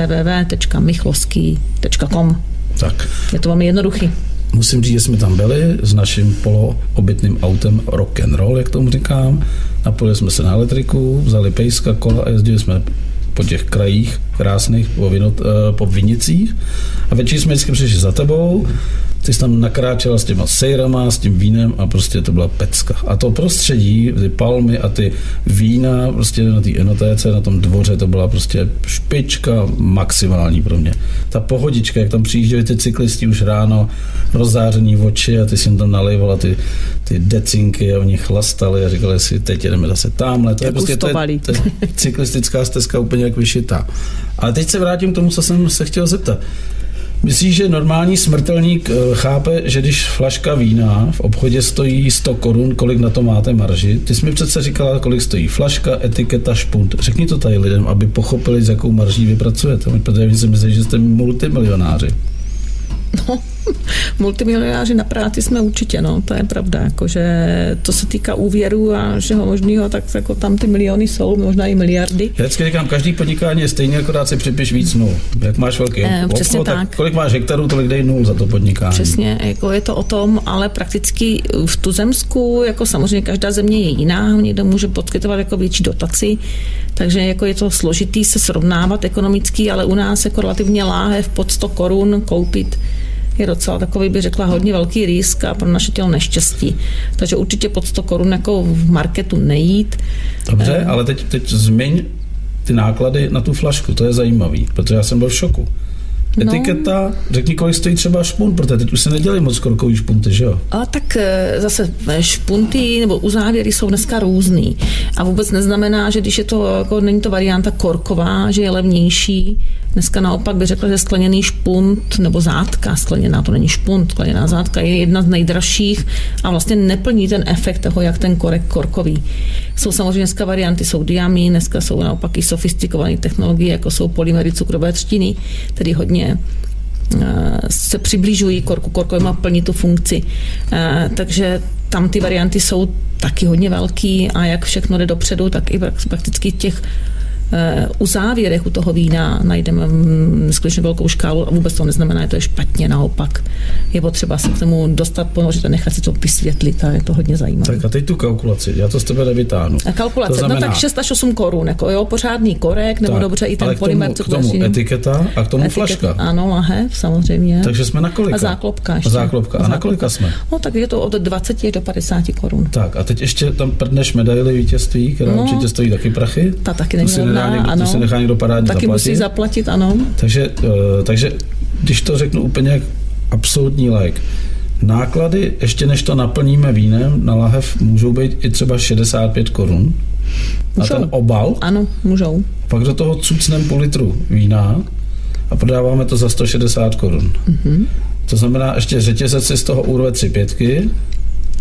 www.michlovský.com. Tak. Je to velmi jednoduchý. Musím říct, že jsme tam byli s naším poloobytným autem rock and roll, jak tomu říkám. Napojili jsme se na elektriku, vzali pejska, kola a jezdili jsme po těch krajích krásných, po vinicích. A večer jsme vždycky přišli za tebou, ty jsi tam nakráčela s těma sejrama, s tím vínem a prostě to byla pecka. A to prostředí, ty palmy a ty vína prostě na té enotéce, na tom dvoře, to byla prostě špička maximální pro mě. Ta pohodička, jak tam přijížděli ty cyklisti už ráno, rozzářený oči a ty si jim tam nalévala ty decinky a oni chlastali a říkali si, teď jedeme zase tamhle. To je prostě to je cyklistická stezka úplně jak vyšitá. Ale teď se vrátím k tomu, co jsem se chtěl zeptat. Myslíš, že normální smrtelník chápe, že když flaška vína v obchodě stojí 100 korun, kolik na to máte marži? Ty jsi mi přece říkala, kolik stojí flaška, etiketa, špunt. Řekni to tady lidem, aby pochopili, s jakou marží vy pracujete. Protože si myslím, že jste multimilionáři. No, multimilionáři na práci jsme určitě, no, to je pravda, jakože to se týká úvěru a všeho možného, tak jako tam ty miliony jsou, možná i miliardy. Já vždycky říkám, každý podnikání je stejně, akorát si připiš víc nul. Jak máš velký obchod, tak kolik máš hektarů, tolik dej nul za to podnikání. Přesně, jako je to o tom, ale prakticky v tuzemsku, jako samozřejmě každá země je jiná, někdo může poskytovat jako větší dotaci, takže jako je to složitý se srovnávat ekonomicky, ale u nás jako relativně láhev pod 100 korun koupit je docela takový, bych řekla, hodně velký risk a pro naše tělo neštěstí. Takže určitě pod 100 korun jako v marketu nejít. Dobře, ale teď zmiň ty náklady na tu flašku, to je zajímavý, protože já jsem byl v šoku. Etiketa, řekni, kolik stojí třeba špunt, protože teď už se nedělají moc korkový špunty, že jo? A tak zase špunty nebo uzávěry jsou dneska různý. A vůbec neznamená, že když je to, jako není to varianta korková, že je levnější. Dneska naopak bych řekla, že skleněný špunt nebo zátka, skleněná, to není špunt, skleněná zátka je jedna z nejdražších a vlastně neplní ten efekt toho, jak ten korek korkový. Jsou samozřejmě dneska varianty, jsou diamín, dneska jsou naopak i sofistikované technologie, jako jsou polymery cukrové třtiny, tedy hodně se přibližují korku korkovým a plní tu funkci. Takže tam ty varianty jsou taky hodně velký a jak všechno jde dopředu, tak i prakticky těch u závěrech u toho vína najdeme skutečně velkou škálu a vůbec to neznamená, že to je špatně, naopak. Je potřeba se k tomu dostat, ponořit a nechat si to vysvětlit a je to hodně zajímavé. Tak a teď tu kalkulaci, já to z tebe nevytáhnu. A kalkulace, to znamená, no tak 6 až 8 korun, jako jo, pořádný korek, nebo tak, dobře i ten polymer. K tomu etiketa a k tomu flaška. Ano, lahev, samozřejmě. Takže jsme na kolika? A záklopka ještě. A záklopka. A na kolika jsme? No tak je to od 20 do 50 korun. Tak a teď ještě tam prdneš medaili vítězství, která určitě stojí taky prachy. Ta taky není. To si nechá někdo parádně taky zaplatit. Musí zaplatit, ano. Takže když to řeknu úplně jak absolutní lék, náklady, ještě než to naplníme vínem, na lahev můžou být i třeba 65 korun. Na ten obal. Ano, můžou. Pak do toho cucnem půl litru vína a prodáváme to za 160 korun. Mm-hmm. To znamená, ještě řetězec si z toho urve 3 pětky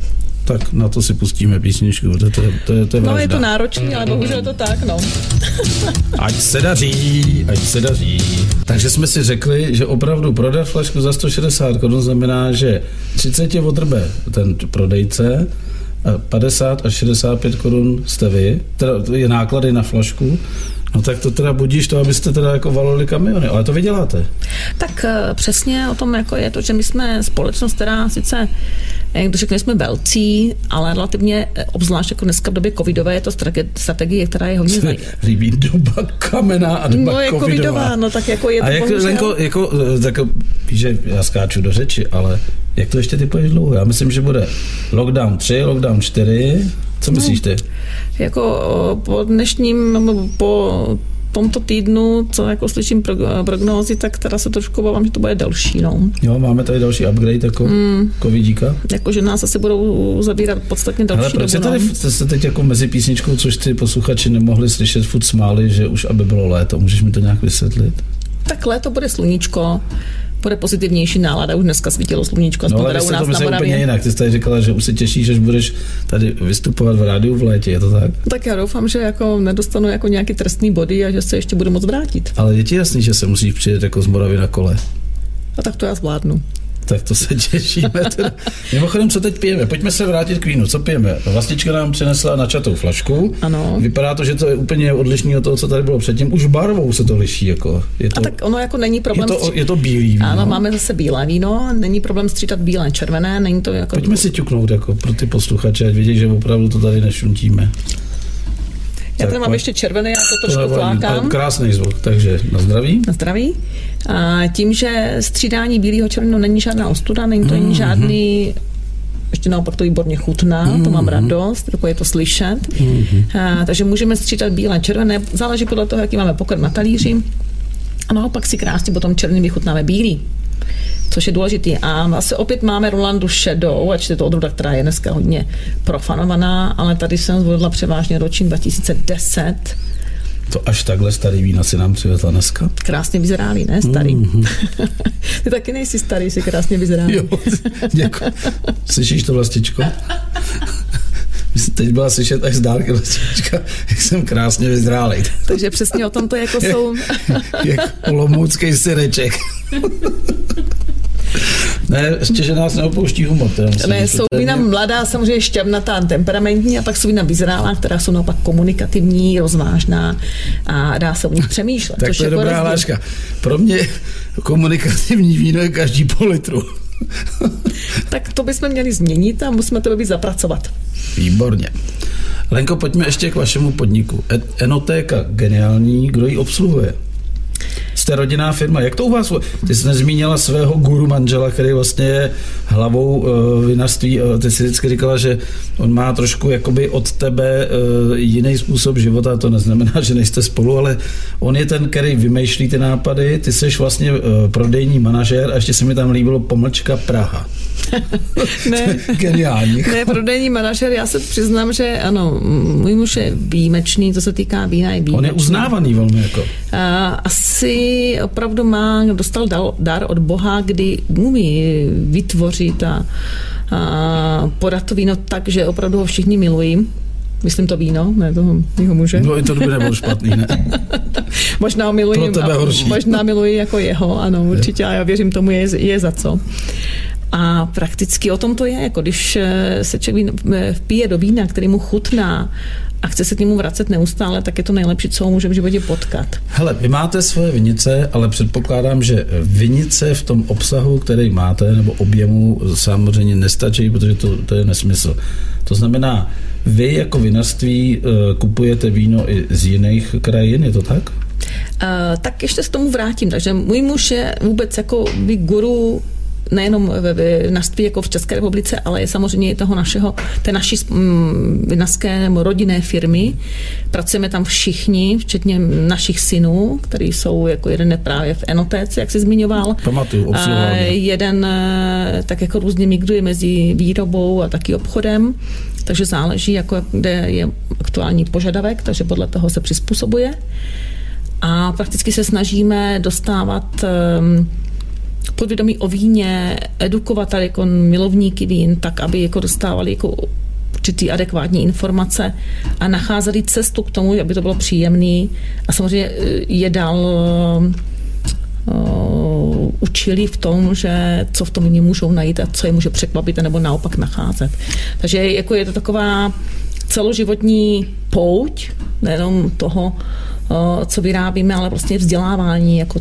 Tak na to si pustíme písničku. To je no, je to náročný, ale bohužel je to tak, no. Ať se daří. Takže jsme si řekli, že opravdu prodat flašku za 160 korun znamená, že 30 odrbe ten prodejce, 50 až 65 korun jste vy, teda je náklady na flašku. No tak to teda budíš to, abyste teda jako valili kamiony, ale to vy děláte. Tak přesně o tom jako je to, že my jsme společnost, která sice, jak to řekne, jsme velcí, ale relativně obzvlášť jako dneska v době covidové je to strategie, která je hodně zajímavá. Líbí doba kamená a doba covidová. No tak jako je to. A jak Lenko, tak že já skáču do řeči, ale jak to ještě ty poješ dlouho? Já myslím, že bude lockdown 3, lockdown 4. Co myslíš ty? Jako po dnešním, po tomto týdnu, co jako slyším prognózy, tak teda se trošku obávám, že to bude delší, no. Jo, máme tady další upgrade jako covidíka. Jako, že nás asi budou zabírat podstatně další dobu. Ale proč tady jste teď jako mezi písničkou, což ty posluchači nemohli slyšet, furt smáli, že už aby bylo léto. Můžeš mi to nějak vysvětlit? Tak léto bude sluníčko, bude pozitivnější nálada, už dneska svítilo sluníčko. No ale jste to myslel úplně jinak. Ty jsi tady říkala, že už se těšíš, že budeš tady vystupovat v rádiu v létě, je to tak? Tak já doufám, že jako nedostanu jako nějaký trestný body a že se ještě budu moc vrátit. Ale je ti jasný, že se musíš přijet jako z Moravy na kole? A tak to já zvládnu. Tak to se těšíme. Mimochodem, co teď pijeme? Pojďme se vrátit k vínu. Co pijeme? Vlastička nám přinesla načatou flašku. Ano. Vypadá to, že to je úplně odlišný od toho, co tady bylo předtím. Už barvou se to liší. Jako. A tak ono jako není problém. Je to bílý víno. Ano, máme zase bílé víno. Není problém střídat bílé, červené. Není to jako. Pojďme si ťuknout jako pro ty posluchače, ať vidí, že opravdu to tady nešuntíme. Já tady mám ještě červené, já to trošku flákám. Krásný zvuk, takže na zdraví. Na zdraví. A tím, že střídání bílého červeného není žádná ostuda, není to ani žádný, ještě naopak to výborně chutná, to mám radost, jako je to slyšet. Takže můžeme střídat bílé, červené, záleží podle toho, jaký máme pokrm na talíři. A naopak si krásně potom černým vychutnáme bílý, což je důležitý. A zase opět máme Rolandu šedou, ač je to odroda, která je dneska hodně profanovaná, ale tady jsem zvolila převážně ročník 2010. To až takhle starý vína si nám přivezla dneska. Krásně vyzrálý, ne? Starý. Ty taky nejsi starý, jsi krásně vyzrálý. Jo, děkuji. Slyšíš to, Vlastičko? Teď byla slyšet až z dálky, Vlastička, jak jsem krásně vyzrálej. Takže přesně o tom to jako jsou. Jak olomoucký syreček. Ne, ještě, že nás neopouští humor. Ne, jsou vína mladá, samozřejmě šťavnatá, temperamentní, a pak jsou vína vyzrálá, která jsou naopak komunikativní, rozvážná a dá se o nich přemýšlet. Tak to je dobrá hláška. Pro mě komunikativní víno je každý půl litru. Tak to bychom měli změnit a musíme to zapracovat. Výborně. Lenko, pojďme ještě k vašemu podniku. Enotéka geniální, kdo ji obsluhuje? Jste rodinná firma. Jak to u vás? Ty jsi nezmínila svého guru manžela, který vlastně je hlavou vinařství. Ty jsi vždycky říkala, že on má trošku jakoby od tebe jiný způsob života. To neznamená, že nejste spolu, ale on je ten, který vymýšlí ty nápady. Ty jsi vlastně prodejní manažér a ještě se mi tam líbilo pomlčka Praha. Ne, geniální. Ne, prodejní manažer, já se přiznám, že ano, můj muž je výjimečný, co se týká vína, je výjimečný. On je uznávaný velmi jako. Asi opravdu dostal dar od Boha, kdy umí vytvořit a podat to víno tak, že opravdu ho všichni milují. Myslím to víno, ne toho mýho muže. No i to by nebylo špatný, ne? Možná miluji, možná miluji jako jeho, ano, určitě, a já věřím tomu, je za co. A prakticky o tom to je, jako když se člověk vpije do vína, který mu chutná a chce se k němu vracet neustále, tak je to nejlepší, co ho může v životě potkat. Hele, vy máte svoje vinice, ale předpokládám, že vinice v tom obsahu, který máte, nebo objemu, samozřejmě nestačí, protože to je nesmysl. To znamená, vy jako vinařství kupujete víno i z jiných krajin, je to tak? Tak ještě se tomu vrátím. Takže můj muž je vůbec jako guru nejenom ve vinařství jako v České republice, ale je samozřejmě té naší vinařské nebo rodinné firmy. Pracujeme tam všichni, včetně našich synů, kteří jsou jako jeden právě v Enotéce, jak jsi zmiňoval. Pamatuju, jeden tak jako různě migruje mezi výrobou a taky obchodem, takže záleží, jako kde je aktuální požadavek, takže podle toho se přizpůsobuje. A prakticky se snažíme dostávat podvědomí o víně, edukovat tady jako milovníky vín, tak aby jako dostávali jako určitý adekvátní informace a nacházeli cestu k tomu, aby to bylo příjemný a samozřejmě je dál učili v tom, že co v tom víně můžou najít a co je může překvapit nebo naopak nacházet. Takže jako je to taková celoživotní pouť, nejenom toho, co vyrábíme, ale vlastně vzdělávání jako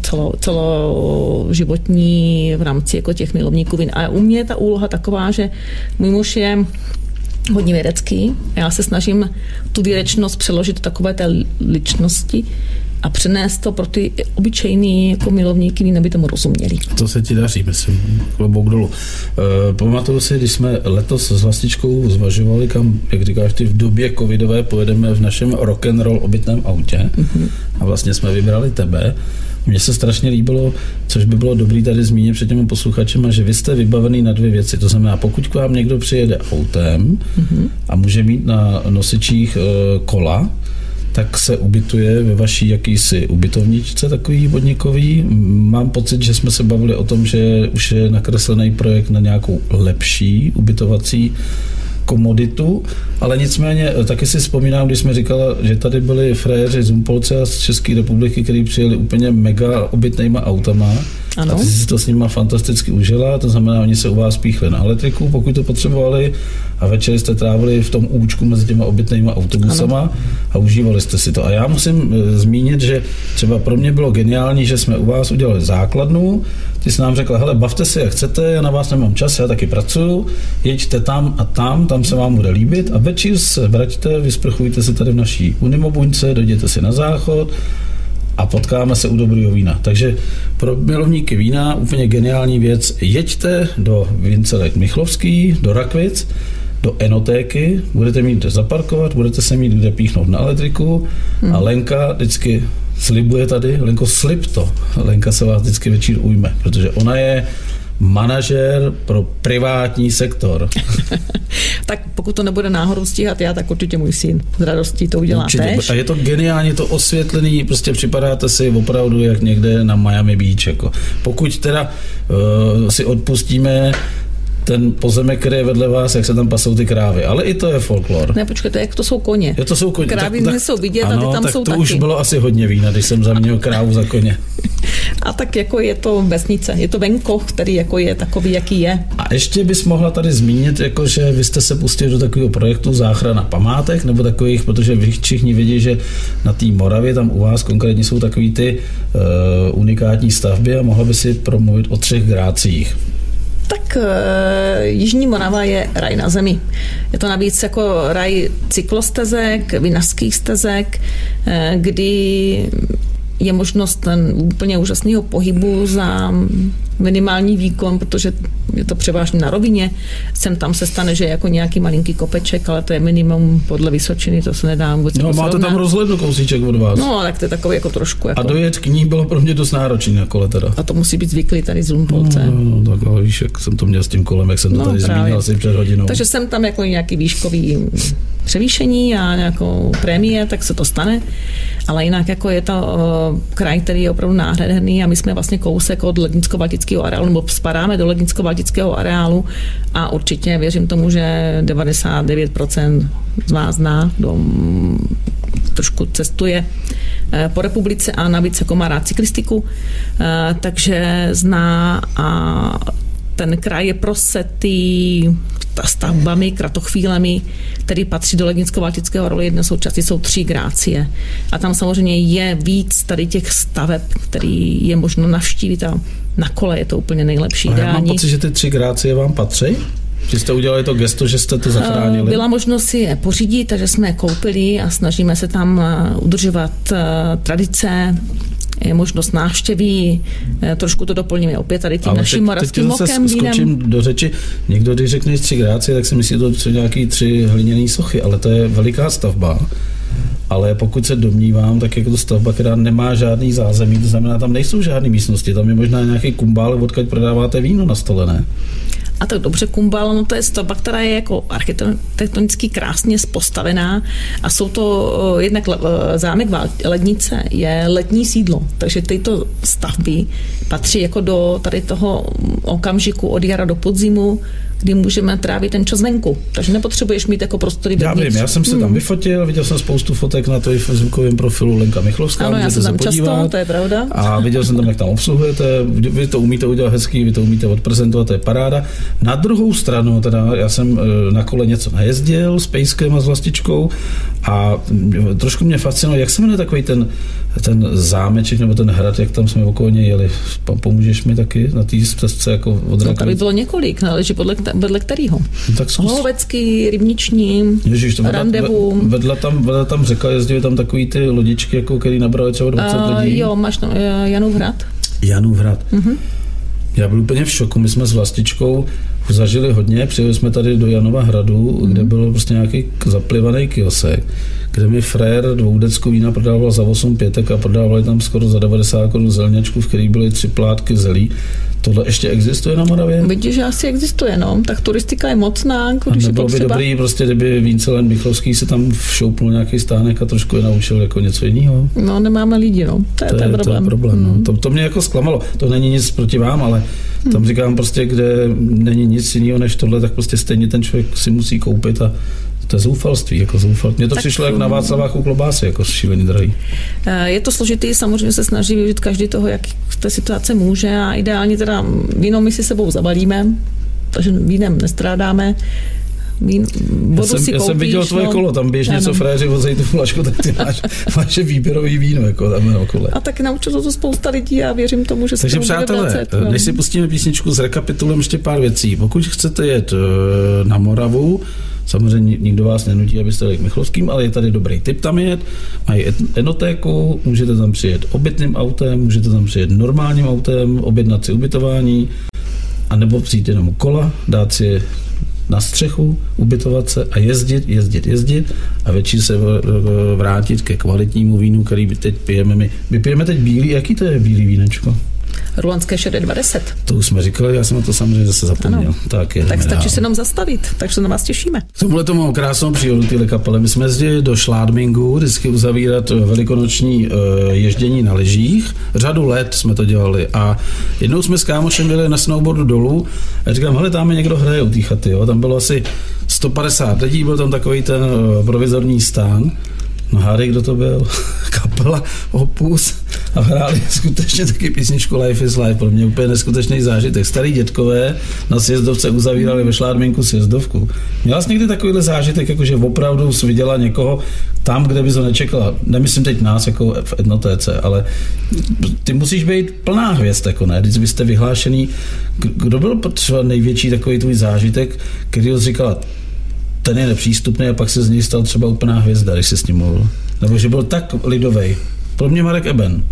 celoživotní v rámci jako těch milovníků vín. A u mě je ta úloha taková, že můj muž je hodně vědecký. Já se snažím tu vědečnost přeložit do takové té ličnosti a přenést to pro ty obyčejný jako milovníky vín, aby tomu rozuměli. To se ti daří, myslím, klobouk dolů. Pamatuju si, když jsme letos s Vlastičkou zvažovali, kam, jak říkáš ty, v době covidové pojedeme v našem rock'n'roll obytném autě a vlastně jsme vybrali tebe. Mně se strašně líbilo, což by bylo dobrý tady zmínit před těmi posluchačema, že vy jste vybavený na 2 věci. To znamená, pokud k vám někdo přijede autem a může mít na nosičích kola, tak se ubytuje ve vaší jakýsi ubytovničce takový podnikový. Mám pocit, že jsme se bavili o tom, že už je nakreslený projekt na nějakou lepší ubytovací komoditu, ale nicméně taky si vzpomínám, když jsme říkala, že tady byli frajeři z Humpolce a z České republiky, kteří přijeli úplně mega obytnejma autama. Ano. A ty si to s nima fantasticky užila, to znamená, oni se u vás píchli na elektriku, pokud to potřebovali, a večer jste trávili v tom účku mezi těma obytnejma autobusama. Ano. A užívali jste si to. A já musím zmínit, že třeba pro mě bylo geniální, že jsme u vás udělali základnu, ty jsi nám řekla, hele, bavte se jak chcete, já na vás nemám čas, já taky pracuju, jeďte tam a tam se vám bude líbit a večer se vraťte, vysprchujte se tady v naší Unimobuňce, dojděte si na záchod a potkáme se u dobrýho vína. Takže pro milovníky vína úplně geniální věc. Jeďte do Vincelek Michlovský, do Rakvic, do Enotéky, budete mít kde zaparkovat, budete se mít kde píchnout na elektriku a Lenka vždycky slibuje tady, Lenko, slib to. Lenka se vás vždycky večer ujme, protože ona je manažer pro privátní sektor. Tak pokud to nebude náhodou stíhat já, tak určitě můj syn s radostí to udělá též. A je to geniálně to osvětlený, prostě připadáte si opravdu jak někde na Miami Beach. Jako. Pokud teda si odpustíme ten pozemek, který je vedle vás, jak se tam pasou ty krávy. Ale i to je folklor. Ne, počkejte, jak to jsou koně. To jsou koně. Krávy nejsou vidět, ano, a ty tam jsou to taky. Už bylo asi hodně vína, když jsem zaměnil krávu za koně. A tak jako je to vesnice, je to venkov, který jako je takový, jaký je. A ještě bys mohla tady zmínit, jako že vy jste se pustili do takového projektu záchrana památek, nebo takových, protože vy všichni vidí, že na té Moravě, tam u vás konkrétně jsou takový ty unikátní stavby a mohla by si promluvit o 3 gráciích. Tak Jižní Morava je raj na zemi. Je to navíc jako raj cyklostezek, vinařských stezek, kdy je možnost ten úplně úžasného pohybu za minimální výkon, protože je to převážně na rovině. Sem tam se stane, že je jako nějaký malinký kopeček, ale to je minimum podle Vysočiny, to se nedá vůbec No, máte tam rozhlednu kousíček od vás. No, tak to je takový jako trošku. Jako... A dojet k ní bylo pro mě dost náročný na kole teda. A to musí být zvyklý tady z Humpolce. No, tak ale víš, jak jsem to měl s tím kolem, jak jsem to tady zmínil asi před hodinou. Takže jsem tam jako nějaký výškový převýšení a nějakou prémie, tak se to stane. Ale jinak jako je to kraj, který je opravdu nádherný a my jsme vlastně kousek od Lednicko-Baltického areálu, nebo spadáme do Lednicko-Baltického areálu a určitě věřím tomu, že 99% z vás zná, kdo trošku cestuje po republice a navíc jako má rád cyklistiku, takže zná a ten kraj je prosetý stavbami, kratochvílemi, který patří do Lednicko-Baltického areálu. Jedna součástí jsou 3 grácie. A tam samozřejmě je víc tady těch staveb, který je možno navštívit a na kole je to úplně nejlepší. A já mám pocit, že ty 3 grácie vám patří? Že jste udělali to gesto, že jste to zachránili? Byla možnost si je pořídit, takže jsme je koupili a snažíme se tam udržovat tradice, je možnost návštěvy, trošku to doplníme opět tady tím naším moravským mokem. Skočím do řeči. Někdo, když řekne 3 grácie, tak si myslí, že to jsou nějaký 3 hliněné sochy, ale to je veliká stavba. Ale pokud se domnívám, tak jako to stavba, která nemá žádný zázemí, to znamená, tam nejsou žádné místnosti, tam je možná nějaký kumbál, odkud prodáváte víno na stole, ne? A tak dobře, Kumbal, no to je stavba, která je jako architektonicky krásně postavená a jsou to jednak zámek Lednice je letní sídlo, takže tyto stavby patří jako do tady toho okamžiku od jara do podzimu, kdy můžeme trávit ten čas venku. Takže nepotřebuješ mít jako prostory vevnitř. Já vím, já jsem se tam vyfotil, viděl jsem spoustu fotek na to facebookovém profilu Lenka Michlovská. Ano, já jsem tam často, to je pravda. A viděl jsem tam, jak tam obsluhujete, vy to umíte udělat hezký, vy to umíte odprezentovat, to je paráda. Na druhou stranu, teda já jsem na kole něco najezdil s pejskem a s vlastičkou a trošku mě fascinuje, jak se jmenuje takový ten zámeček nebo ten hrad, jak tam jsme okolně jeli. Pomůžeš mi taky na té stezce jako od no, tady bylo několik, náleží vedle kterýho. Tak Holovecký, Rybniční, Randevu. Vedle tam řeka, jezdili tam takový ty lodičky, jako který nabrali třeba 20 lidí. Jo, máš Janův hrad. Janův hrad. Já byl úplně v šoku, my jsme s vlastičkou zažili hodně, přijeli jsme tady do Janova hradu, kde byl prostě nějaký zaplivaný kiosek, kde mi frér 2 decku vína prodával za 8 pětek a prodávali tam skoro za 90 korun zelňačku, v který byly 3 plátky zelí. Tohle ještě existuje na Moravě? Vidíš, že asi existuje, no. Tak turistika je mocná. A nebylo by dobrý, prostě, kdyby Víncelen Michlovský se tam šoupnul nějaký stánek a trošku je naučil jako něco jiného. No, nemáme lidi, no. To je problém. To je problém, no. To mě jako zklamalo. To není nic proti vám, ale tam říkám prostě, kde není nic jiného než tohle, tak prostě stejně ten člověk si musí koupit a to je zoufalství, jako zoufalství. Mně to přišlo jak na Václaváku klobásy, jako šílený drahý. Je to složitý, samozřejmě se snaží využít každý toho, jak v té situace může a ideálně teda víno my si sebou zabalíme, takže vínem nestrádáme. Já jsem viděl tvoje kolo, tam běž něco fréři, vozej tu flašku, tak ty máš výběrový víno, jako tam na okolo. A tak naučilo to spousta lidí a věřím tomu, že se takže přátelé, než si pustíme písničku, zrekapitulujeme ještě pár věcí. Pokud chcete jet na Moravu, samozřejmě nikdo vás nenutí, abyste jeli k Michlovským, ale je tady dobrý tip tam jet. Mají enotéku, můžete tam přijet obytným autem, můžete tam přijet normálním autem, objednat si ubytování, anebo přijít jenom kola, dát si na střechu, ubytovat se a jezdit a večer se vrátit ke kvalitnímu vínu, který teď pijeme my. My pijeme teď bílý, jaký to je bílý vínečko? Rulanské šedé 20. To už jsme říkali, já jsem na to samozřejmě zase zapomněl. Tak stačí se nám zastavit, takže se na vás těšíme. K tomuhle tomu krásnou příhodu tyhle kapele. My jsme jezdili do Šládmingu vždycky uzavírat velikonoční ježdění na lyžích. Řadu let jsme to dělali a jednou jsme s kámošem byli na snowboardu dolů a říkám, hele, tam někdo hraje u té chaty, jo? Tam bylo asi 150 lidí, byl tam takový ten provizorní stán. No hádej, kdo to byl? Kapela Opus a hráli skutečně taky písničku Life is Life. Pro mě úplně neskutečný zážitek. Starý dětkové na sjezdovce uzavírali ve Šládminku sjezdovku. Měla jsi někdy takovýhle zážitek, jakože opravdu jsi viděla někoho tam, kde bys ho nečekala? Nemyslím teď nás jako v Enotéce, ale ty musíš být plná hvězd, jako ne? Když jste vyhlášený. Kdo byl třeba největší takový tvůj zážitek, který jsi říkala, ten je nepřístupný a pak se z něj stal třeba úplná hvězda, když jsi s ním mluvil. Nebo že byl tak lidovej. Pro mě Marek Eben.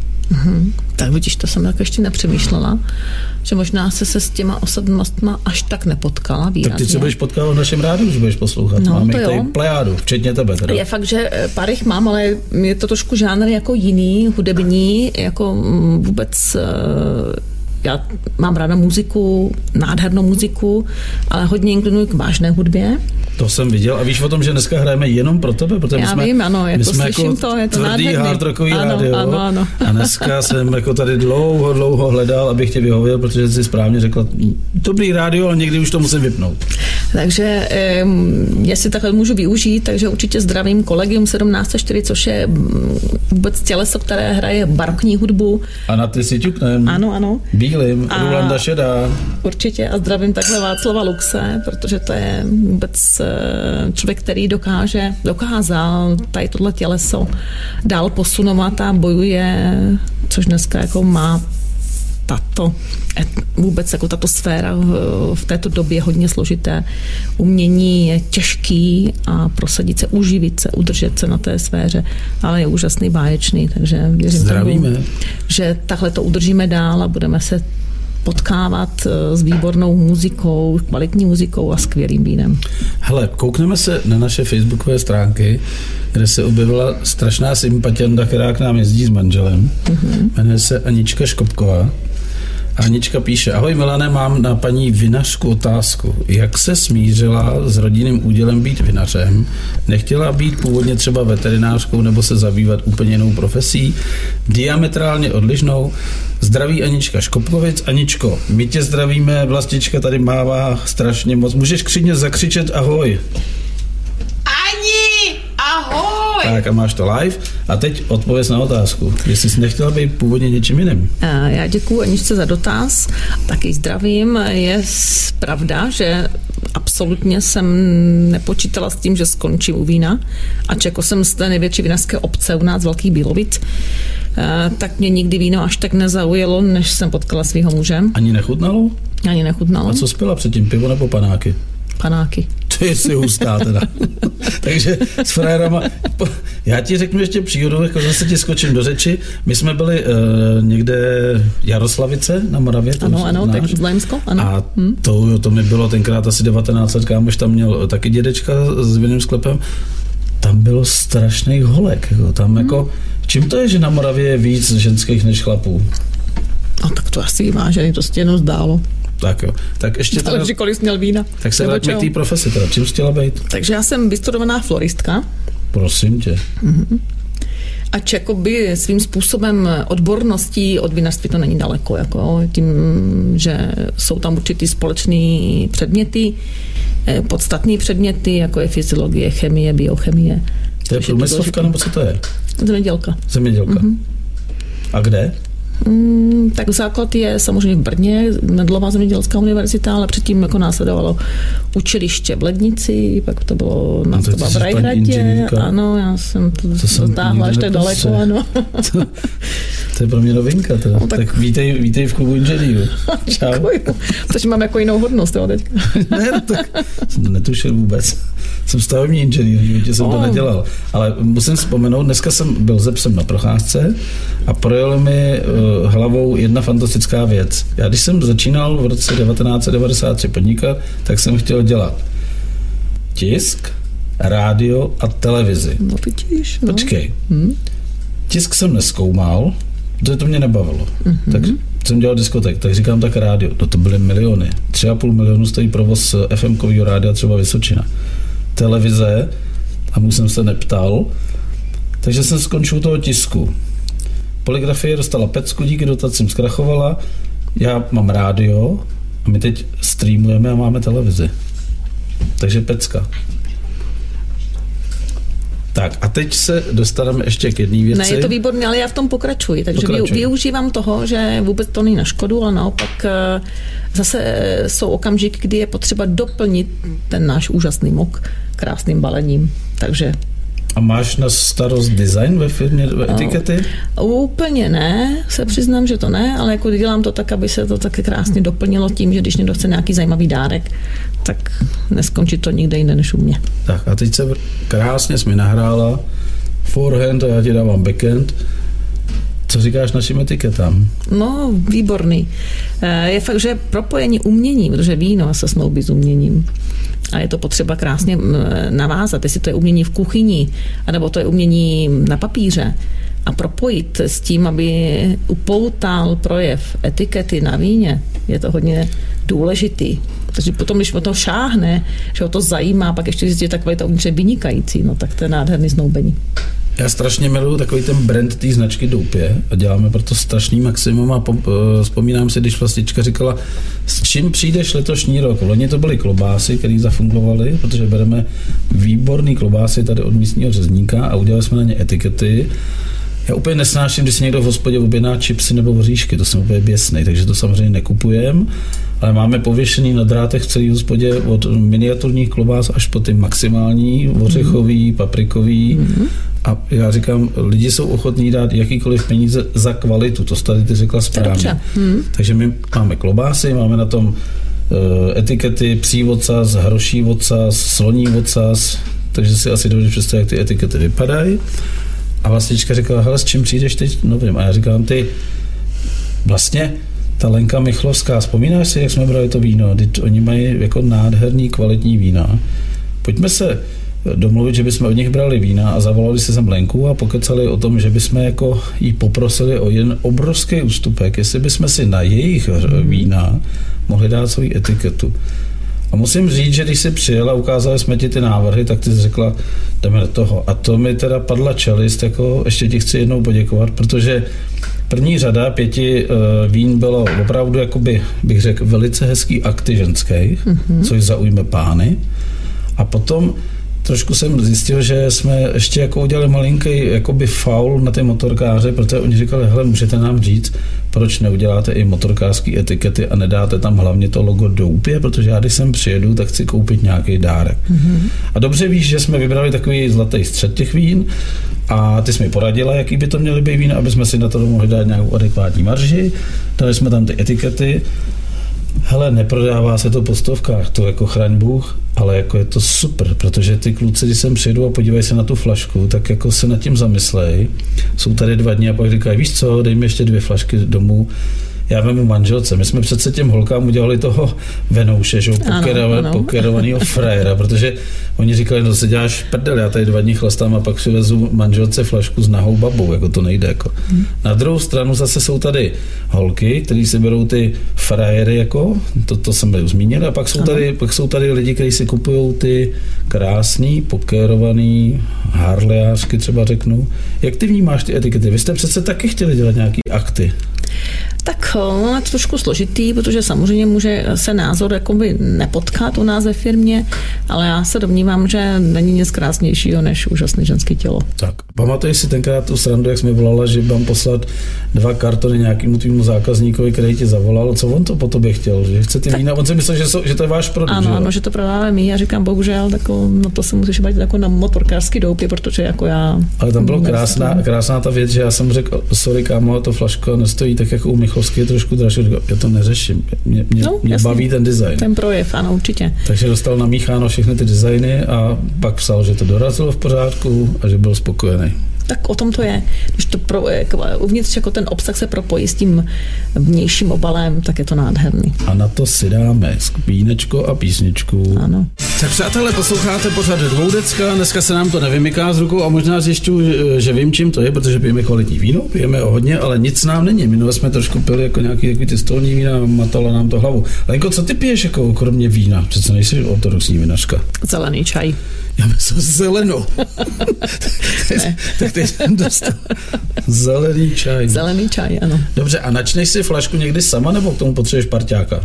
Tak vidíš, to jsem tak ještě nepřemýšlela, že možná se s těma osobnostma až tak nepotkala výrazně. Tak ty se budeš potkávat v našem rádiu, když budeš poslouchat. No, máme tady plejádu, včetně tebe teda. Je fakt, že pár jich mám, ale je to trošku žánr jako jiný, hudební, jako vůbec... Já mám ráda muziku, nádhernou muziku, ale hodně inklinuji k vážné hudbě. To jsem viděl a víš o tom, že dneska hrajeme jenom pro tebe, protože já vím, ano, jako slyším jako to, je to tvrdý nádherný. Hard rockový rádio. Ano. A dneska jsem jako tady dlouho hledal, abych tě vyhověl, protože jsi správně řekla, dobrý rádio, ale někdy už to musím vypnout. Takže jestli takhle můžu využít, takže určitě zdravím Collegium 1704, což je vůbec těleso, které hraje barokní hudbu. A na ty si ťuknem. Ano. Bílým, Rolanda Šedá. Určitě a zdravím takhle Václava Luxe, protože to je vůbec člověk, který dokázal tady tohle těleso dál posunovat a bojuje, což dneska jako má tato sféra v této době hodně složité. Umění je těžký a prosadit se, uživit se, udržet se na té sféře, ale je úžasný, báječný, takže věřím tomu, že takhle to udržíme dál a budeme se potkávat s výbornou muzikou, kvalitní muzikou a skvělým vínem. Hele, koukneme se na naše facebookové stránky, kde se objevila strašná sympatianda, která k nám jezdí s manželem. Jmenuje se Anička Škopková. Anička píše, ahoj Milane, mám na paní vinařku otázku. Jak se smířila s rodinným údělem být vinařem? Nechtěla být původně třeba veterinářkou nebo se zabývat úplně jinou profesí? Diametrálně odlišnou? Zdraví Anička Škopkovic. Aničko, my tě zdravíme, Vlastička tady mává strašně moc. Můžeš křičně zakřičet ahoj. Ahoj! Tak a máš to live. A teď odpověz na otázku. Jestli jsi nechtěla být původně něčím jiným. Já děkuju Aničce za dotaz. Taky zdravím. Je pravda, že absolutně jsem nepočítala s tím, že skončím u vína. Ač jako jsem z té největší vinařské obce u nás Velkých Bílovic, tak mě nikdy víno až tak nezaujalo, než jsem potkala svého muže. Ani nechutnalo? Ani nechutnalo. A co spila předtím? Pivo nebo panáky? Panáky. To je si hustá teda. Takže s frajerama, já ti řeknu ještě příhodu, jako zase ti skočím do řeči. My jsme byli někde Jaroslavice na Moravě. Ano, tak Zlajmsko, ano. A to mi bylo tenkrát asi 19 let, kámoš tam měl taky dědečka s vinným sklepem. Tam bylo strašných holek. Jako, tam jako, čím to je, že na Moravě je víc ženských než chlapů? No tak to asi vyvážený, to se jenom zdálo. Tak jo. Tak ještě teda, ale kolik jsi měl vína. Tak se vrátíme k té profesi teda. Čím jsi chtěla být? Takže já jsem vystudovaná floristka. Prosím tě. Ač jakoby svým způsobem odborností od vinařství to není daleko. Jako tím, že jsou tam určitý společný předměty, podstatný předměty, jako je fyziologie, chemie, biochemie. To je průmyslovka, nebo co to je? Zemědělka. Zemědělka. A kde? Tak základ je samozřejmě v Brně, Nedlová zemědělská univerzita, ale předtím jako následovalo učiliště v Lednici, pak to bylo na v Rajhradě. Ano, já jsem to zatáhla ještě daleko, ano. To je pro mě novinka teda. No, tak vítej v klubu inženýrů. Čau. Protože mám jako jinou hodnost, jo, teďka. Ne, tak jsem to netušil vůbec. Jsem stavební inženýr, v životě jsem to nedělal. Ale musím vzpomenout, dneska jsem byl se psem na procházce a projel mi hlavou jedna fantastická věc. Já když jsem začínal v roce 1993 podnikat, tak jsem chtěl dělat tisk, rádio a televizi. No vidíš, no. Počkej. Tisk jsem nezkoumal, protože to mě nebavilo. Tak jsem dělal diskotek, tak říkám tak rádio. No to byly miliony. 3,5 milionu stojí provoz FM-kovýho rádia třeba Vysočina. Televize, a mu jsem se neptal, takže jsem skončil toho tisku. Poligrafie dostala pecku, díky dotacím zkrachovala, já mám rádio a my teď streamujeme a máme televizi. Takže pecka. Tak a teď se dostaneme ještě k jedné věci. Ne, je to výborné, ale já v tom pokračuji. Takže využívám toho, že vůbec to není na škodu, ale naopak zase jsou okamžiky, kdy je potřeba doplnit ten náš úžasný mok krásným balením. Takže a máš na starost design ve firmě, etikety? Úplně ne, se přiznám, že to ne, ale jako dělám to tak, aby se to taky krásně doplnilo tím, že když někdo chce nějaký zajímavý dárek, tak neskončí to nikde jinde než u mě. Tak a teď se krásně jsi mi nahrála forehand a já ti dávám backhand. Co říkáš našim etiketám? No, výborný. Je fakt, že propojení uměním, protože víno se snoubí s uměním. A je to potřeba krásně navázat, jestli to je umění v kuchyni, anebo to je umění na papíře. A propojit s tím, aby upoutal projev etikety na víně, je to hodně důležitý. Takže potom, když o to šáhne, že o to zajímá, pak ještě zjistí, že ta kvalita uvnitř je vynikající, no tak to je nádherný snoubení. Já strašně miluju takový ten brand té značky Doupě a děláme proto strašný maximum a vzpomínám si, když Vlastička říkala, s čím přijdeš letošní rok. Loni to byly klobásy, které zafungovaly, protože bereme výborný klobásy tady od místního řezníka a udělali jsme na ně etikety. Já úplně nesnáším, když si někdo v hospodě objedná čipsy nebo hoříšky, to jsem úplně běsnej, takže to samozřejmě nekupujeme, ale máme pověšený na drátech v celé hospodě od miniaturních klobás až po ty maximální, ořechový, paprikový. A já říkám, lidi jsou ochotní dát jakýkoliv peníze za kvalitu, to tady ty řekla správně. Takže my máme klobásy, máme na tom etikety psí ocas, hroší ocas, sloní ocas, takže si asi dobře představit, jak ty etikety vypadají. A Vlastička říkala, hele, s čím přijdeš teď novým? A já říkám, ty, vlastně ta Lenka Michlovská, vzpomínáš si, jak jsme brali to víno? Oni mají jako nádherný, kvalitní vína. Pojďme se domluvit, že bychom od nich brali vína a zavolali si sem Lenku a pokecali o tom, že bychom jako jí poprosili o jeden obrovský ústupek, jestli bychom si na jejich vína mohli dát svou etiketu. A musím říct, že když si přijela, ukázali jsme ti ty návrhy, tak ty jsi řekla, jdeme do toho. A to mi teda padla čelist, jako ještě ti chci jednou poděkovat, protože první řada 5 vín bylo opravdu, jakoby, bych řekl, velice hezký akty ženských, což zaujme pány. A potom trošku jsem zjistil, že jsme ještě jako udělali malinký jakoby faul na ty motorkáře, protože oni říkali, hele, můžete nám říct, proč neuděláte i motorkářský etikety a nedáte tam hlavně to logo Doupě, protože já když sem přijedu, tak chci koupit nějaký dárek. A dobře víš, že jsme vybrali takový zlatý střed těch vín a ty jsi mi poradila, jaký by to měly být vína, aby jsme si na to mohli dát nějakou adekvátní marži, dali jsme tam ty etikety. Hele, neprodává se to po stovkách, to jako chraň Bůh, ale jako je to super, protože ty kluci, když sem přijedou a podívají se na tu flašku, tak jako se nad tím zamyslej. Jsou tady 2 dny a pak říkají, víš co, dej mi ještě 2 flašky domů, já vemu manželce. My jsme přece těm holkám udělali toho venouše, že pokerovanýho frajera, protože oni říkali, no se děláš prdel, já tady 2 dny chlastám a pak přivezu manželce flašku s nahou babou, jako to nejde. Jako. Na druhou stranu zase jsou tady holky, kteří si berou ty frajery, jako, to jsem už zmínil, a pak jsou tady lidi, kteří si kupují ty krásný, pokerovaný harlejářky, třeba řeknu. Jak ty vnímáš ty etikety? Vy jste přece taky chtěli dělat nějaký akty. Tak je to trošku složitý, protože samozřejmě může se názor jakoby nepotkat u nás ve firmě, ale já se domnívám, že není nic krásnějšího než úžasné ženské tělo. Tak, pamatuješ si tenkrát tu srandu, jak jsi mi volala, že mám poslat 2 kartony nějakému tvýmu zákazníkovi, který ti zavolal, co on to po tobě chtěl, že chce ty vína, on si myslel, že to je váš produkt. Ano, že to prodáváme my, já říkám, bohužel, no to se musíš bavit jako na motorkářský Doupě, protože jako já... Ale tam bylo krásná ta věc, že já jsem řekl, sorry kámo, to flaška nestojí tak jako u Michovské, trošku dražší, já to neřeším. Mě baví ten design. Ten projev, ano, určitě. Takže dostal namícháno všechny ty designy a pak psal, že to dorazilo v pořádku a že byl spokojený. Tak o tom to je. Když to uvnitř jako ten obsah se propojí s tím vnějším obalem, tak je to nádherný. A na to si dáme vínečko a písničku. Ano. Tak přátelé, posloucháte pořád Dvoudecka, dneska se nám to nevymyká z rukou a možná zjišťuji, že vím, čím to je, protože pijeme kvalitní víno, pijeme o hodně, ale nic nám není. Minule jsme trošku pili jako nějaký ty stolní vína, matalo nám to hlavu. Lenko, co ty piješ jako kromě vína? Přece nejsi ortodoxní vinařka. Zelený čaj. Já myslím zelenou. Tak teď jsem dostal zelený čaj. Zelený čaj, ano. Dobře, a načneš si flašku někdy sama, nebo k tomu potřebuješ parťáka?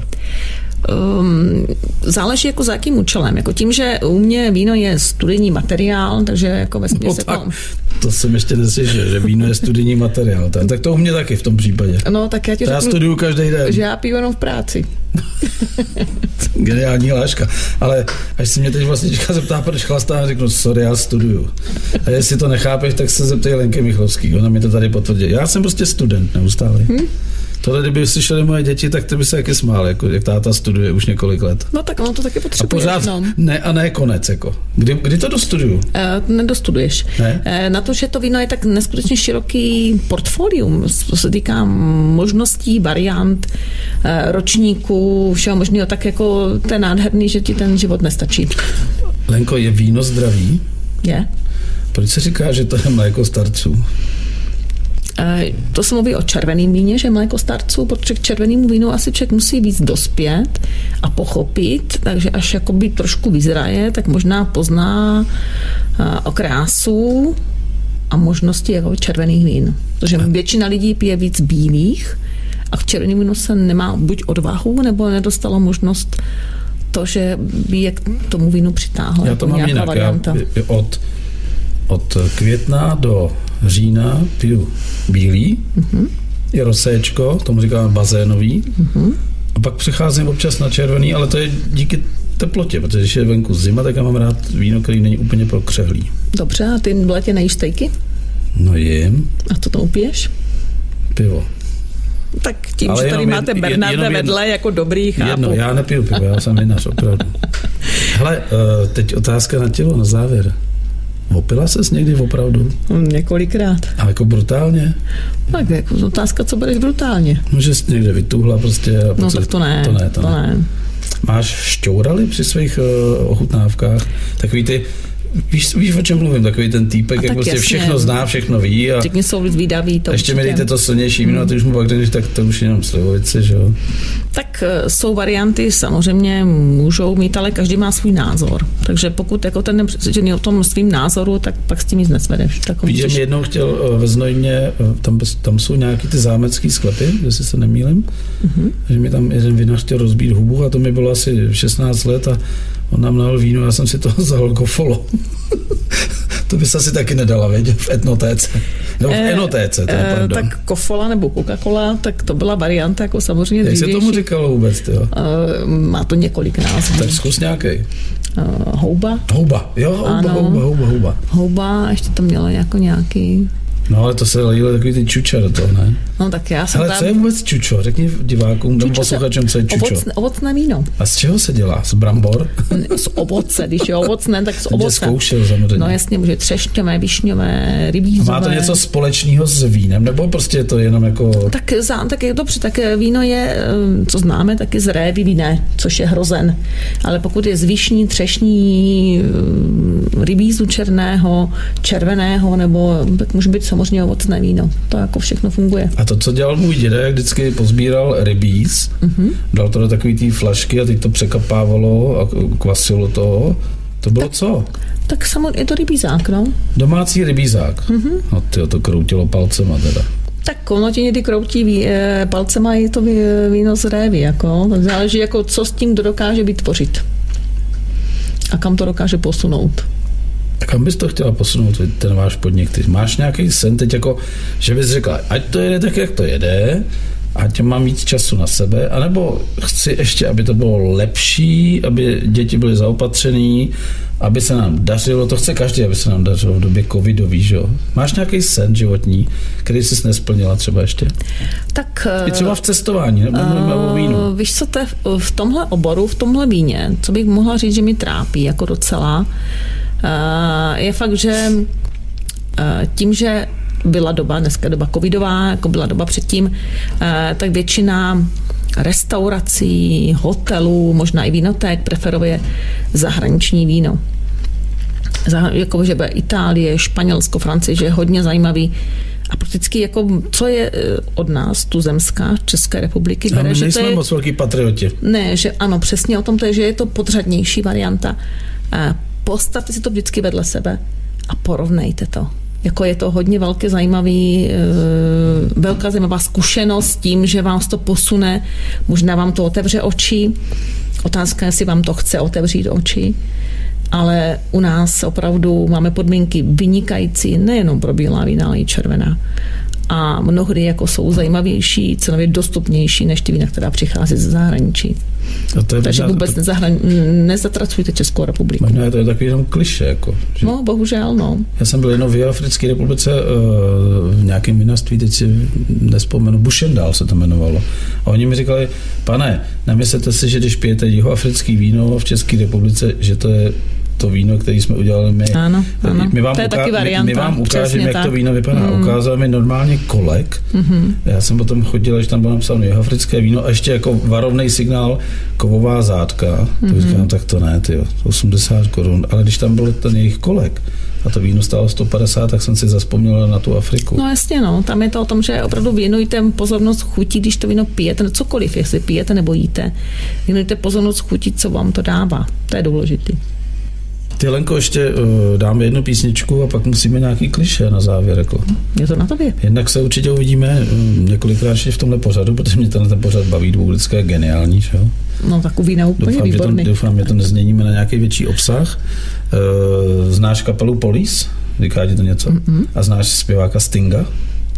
Záleží jako za jakým účelem. Jako tím, že u mě víno je studijní materiál, takže jako ve směs to jsem ještě neslyšel, že víno je studijní materiál. Tak to u mě taky v tom případě. No, tak já ti řeknu, já studuju každý den. Že já piju jenom v práci. Geniální láška. Ale až se mě teď vlastně zeptá, proč chlastá, řeknu, sorry, já studuju. A jestli to nechápeš, tak se zeptej Lenky Michovský. Ona mi to tady potvrdí. Já jsem prostě student neustále. Tohle, kdyby slyšeli moje děti, tak ty by se taky smáli, jako jak táta studuje už několik let. No tak ono to taky potřebuje. A pořád ne konec, jako. Kdy to dostuduju? Nedostuduješ. Ne? Na to, že to víno je tak neskutečně široký portfolium, co se týká možností, variant, ročníků, všeho možného, tak jako to je nádherný, že ti ten život nestačí. Lenko, je víno zdravý? Je. Proč se říká, že to je mléko starců? To se mluví o červeném víně, že mléko starců, protože k červenému vínu asi člověk musí víc dospět a pochopit, takže až jakoby trošku vyzraje, tak možná pozná o krásu a možnosti jako červených vín. Protože většina lidí pije víc bílých a k červenému vínu se nemá buď odvahu, nebo nedostalo možnost to, že by je k tomu vínu přitáhlo. Já to mám jinak. Od května do října piju bílý, je roséčko, tomu říkáme bazénový, a pak přecházím občas na červený, ale to je díky teplotě, protože když je venku zima, tak já mám rád víno, který není úplně prokřehlý. Dobře, a ty v létě nejíš stejky? No jim. A to tomu piješ? Pivo. Tak tím, ale že tady máte Bernarda vedle jako dobrý, chápu. Já nepiju pivo, já jsem vinař, opravdu. Hele, teď otázka na tělo, na závěr. Opila ses někdy opravdu? Několikrát. A jako brutálně? Tak jako otázka, co budeš brutálně. No, že jsi někde vytuhla prostě. A no tak to ne. Máš šťouraly při svých ochutnávkách? Takový ty víš, o čem mluvím, takový ten týpek, jak prostě všechno zná, všechno ví. A všichni jsou zvídaví. Ještě mi dejte to silnější víno, a ty už mu pak jdeš, tak to už jenom slivovice, že jo? Tak jsou varianty, samozřejmě můžou mít, ale každý má svůj názor. Takže pokud jako ten nepřesvědčený o tom svým názoru, tak pak s tím nic nesvedeš. Víš, že mi jednou chtěl ve Znojmě, tam jsou nějaký ty zámecký sklepy, jestli se nemýlim, že mi tam jeden vinař chtěl rozbít hubu a to mi bylo asi 16 let a on nám nalil víno, já jsem si to vzal kofolo. To by se asi taky nedala, vědět, v etnotéce. Nebo v enotéce, tak kofola nebo Coca-Cola, tak to byla varianta, jako samozřejmě dřívější. Jak se tomu říkalo vůbec, tyjo? Má to několik názvů. Tak zkus nějakej. Houba. Houba, jo, houba. Houba, ještě to mělo jako nějaký... No, ale to se lejilo takový ty čuča do toho, ne? No, tak já jsem co je vůbec čučo? Řekni divákům, nebo posluchačům, co je čučo. Ovocné víno. A z čeho se dělá? Z brambor? Z ovoce, když je ovocné, tak z ovoce. Zkoušel samozřejmě. No jasně, může třešňové, višňové, rybízové. A má to něco společného s vínem, nebo prostě je to jenom jako... Tak je dobře, tak víno je, co známe, taky z révy víne, což je hrozen. Ale pokud je z višní, třešní, rybízu černého, červeného, nebo tak může být samozřejmě ovocné víno. To jako všechno funguje. A to, co dělal můj dědek, vždycky pozbíral rybíz, dal to do takový té flašky a teď to překapávalo a kvasilo to. To bylo co? Tak samozřejmě je to rybízák, no. Domácí rybízák. No tyjo, to kroutilo palcema teda. Tak ono ti někdy kroutí palcema i to víno z révy, jako. Tak záleží, jako, co s tím kdo dokáže vytvořit. A kam to dokáže posunout. A kam bys to chtěla posunout, ten váš podnik? Ty máš nějaký sen teď, jako, že bys řekla, ať to jede tak, jak to jede, ať mám víc času na sebe, anebo chci ještě, aby to bylo lepší, aby děti byly zaopatřený, aby se nám dařilo, to chce každý, aby se nám dařilo v době covidový, že jo? Máš nějaký sen životní, který jsi nesplnila třeba ještě? Tak... I třeba v cestování, nebo o vínu. Víš co, v tomhle oboru, v tomhle víně, co bych mohla říct, že mi trápí jako docela, je fakt, že tím, že byla doba, dneska doba covidová, jako byla doba předtím, tak většina restaurací, hotelů, možná i vínoték preferuje zahraniční víno. Jako, že bude Itálie, Španělsko, Francie, že je hodně zajímavý. A prakticky, jako, co je od nás, tuzemská České republiky, bere, my nejsme moc velký patrioti. Ne, že ano, přesně o tom to je, že je to podřadnější varianta. Postavte si to vždycky vedle sebe a porovnejte to. Jako je to hodně velká zajímavá zkušenost s tím, že vám to posune, možná vám to otevře oči. Otázka je, jestli vám to chce otevřít oči. Ale u nás opravdu máme podmínky vynikající, nejenom pro bílá vína, ale i červená. A mnohdy jako jsou zajímavější, cenově dostupnější než ty vína, která přichází ze zahraničí. Takže vůbec nezatracujte Českou republiku. Možná to je takový jenom klišé. Jako, že... No, bohužel, no. Já jsem byl jenom v Jihoafrické republice v nějakém vinařství, teď si nespomenu, Bušendál se to jmenovalo. A oni mi říkali, pane, nemyslete si, že když pijete jihoafrický víno v České republice, že to je to víno, které jsme udělali my. Ano. My vám ukážeme, jak to víno vypadá. Ukázal mi normálně kolek. Já jsem potom chodil, až tam bylo napsáno jihoafrické víno a ještě jako varovný signál kovová zátka. Tak říkám, tak to ne, tyjo, 80 korun. Ale když tam byl ten jejich kolek a to víno stálo 150, tak jsem si zazpomněl na tu Afriku. No jasně, no. Tam je to o tom, že opravdu věnujte pozornost chuti, když to víno pijete, cokoliv, jestli pijete nebo jíte. Věnujte pozornost chuti, co vám to dává. To je důležitý. Ty, Lenko, ještě dáme jednu písničku a pak musíme nějaký klišé na závěr. Jako. Je to na tobě. Jednak se určitě uvidíme několikrát ještě v tomhle pořadu, protože mě ten pořad baví, vždycky je geniální. Že? No takový úplně výborný. Doufám, že to nezměníme na nějaký větší obsah. Znáš kapelu Police? Říká ti to něco? A znáš zpěváka Stinga?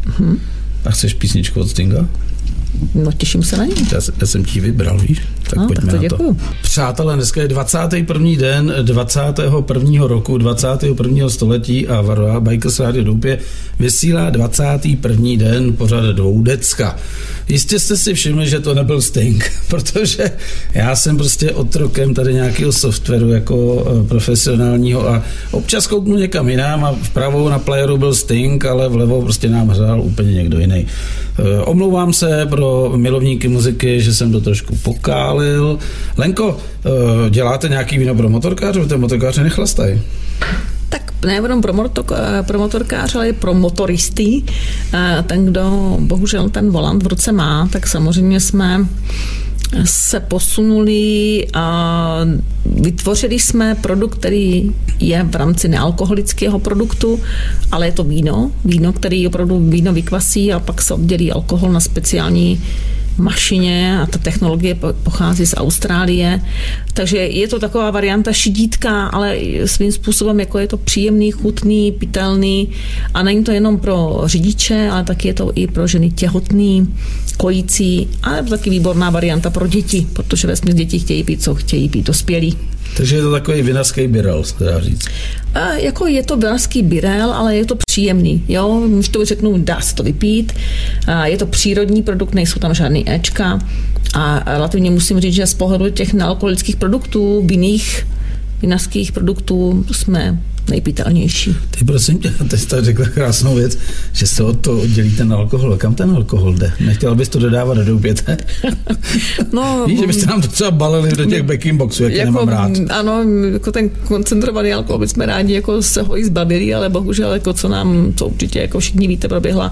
A chceš písničku od Stinga? No, těším se na ní. Já jsem ti vybral, víš? Tak pojďme tak na to. Přátelé, dneska je 21. den 21. roku 21. století a Varová Bikers Radio Doupě vysílá 21. den pořad Dvoudecka. Jistě jste si všimli, že to nebyl Sting, protože já jsem prostě otrokem tady nějakého softwaru jako profesionálního a občas kouknu někam jinam a vpravou na playeru byl Sting, ale vlevo prostě nám hrál úplně někdo jiný. Omlouvám se pro milovníky muziky, že jsem to trošku pokálil. Lenko, děláte nějaký víno pro motorkáře, protože motorkáře nechlastají? Tak nejenom pro motorkáře, ale i pro motoristy. Ten, kdo bohužel ten volant v ruce má, tak samozřejmě jsme se posunuli a vytvořili jsme produkt, který je v rámci nealkoholického produktu, ale je to víno, který opravdu víno vykvasí a pak se oddělí alkohol na speciální mašině a ta technologie pochází z Austrálie. Takže je to taková varianta šidítka, ale svým způsobem jako je to příjemný, chutný, pitelný a není to jenom pro řidiče, ale taky je to i pro ženy těhotný, kojící a je to taky výborná varianta pro děti, protože vesměs děti chtějí pít, co chtějí pít dospělí. Takže je to takový vinařský birel, dá říct. Jako je to vinařský birel, ale je to příjemný. Jo? Když to řeknu, dá se to vypít. Je to přírodní produkt, nejsou tam žádný éčka. A relativně musím říct, že z pohledu těch nealkoholických produktů, vinařských produktů jsme nejpitelnější. Ty prosím tě, teď jsi řekla krásnou věc, že se od toho oddělí ten alkohol. Kam ten alkohol jde? Nechtěla bys to dodávat do doupěte? No, víš, že byste nám to třeba balili do těch backing boxů, jak jako, nemám rád. Ano, jako ten koncentrovaný alkohol bychom rádi jako se ho i zbavili, ale bohužel, jako co určitě, jako všichni víte, proběhla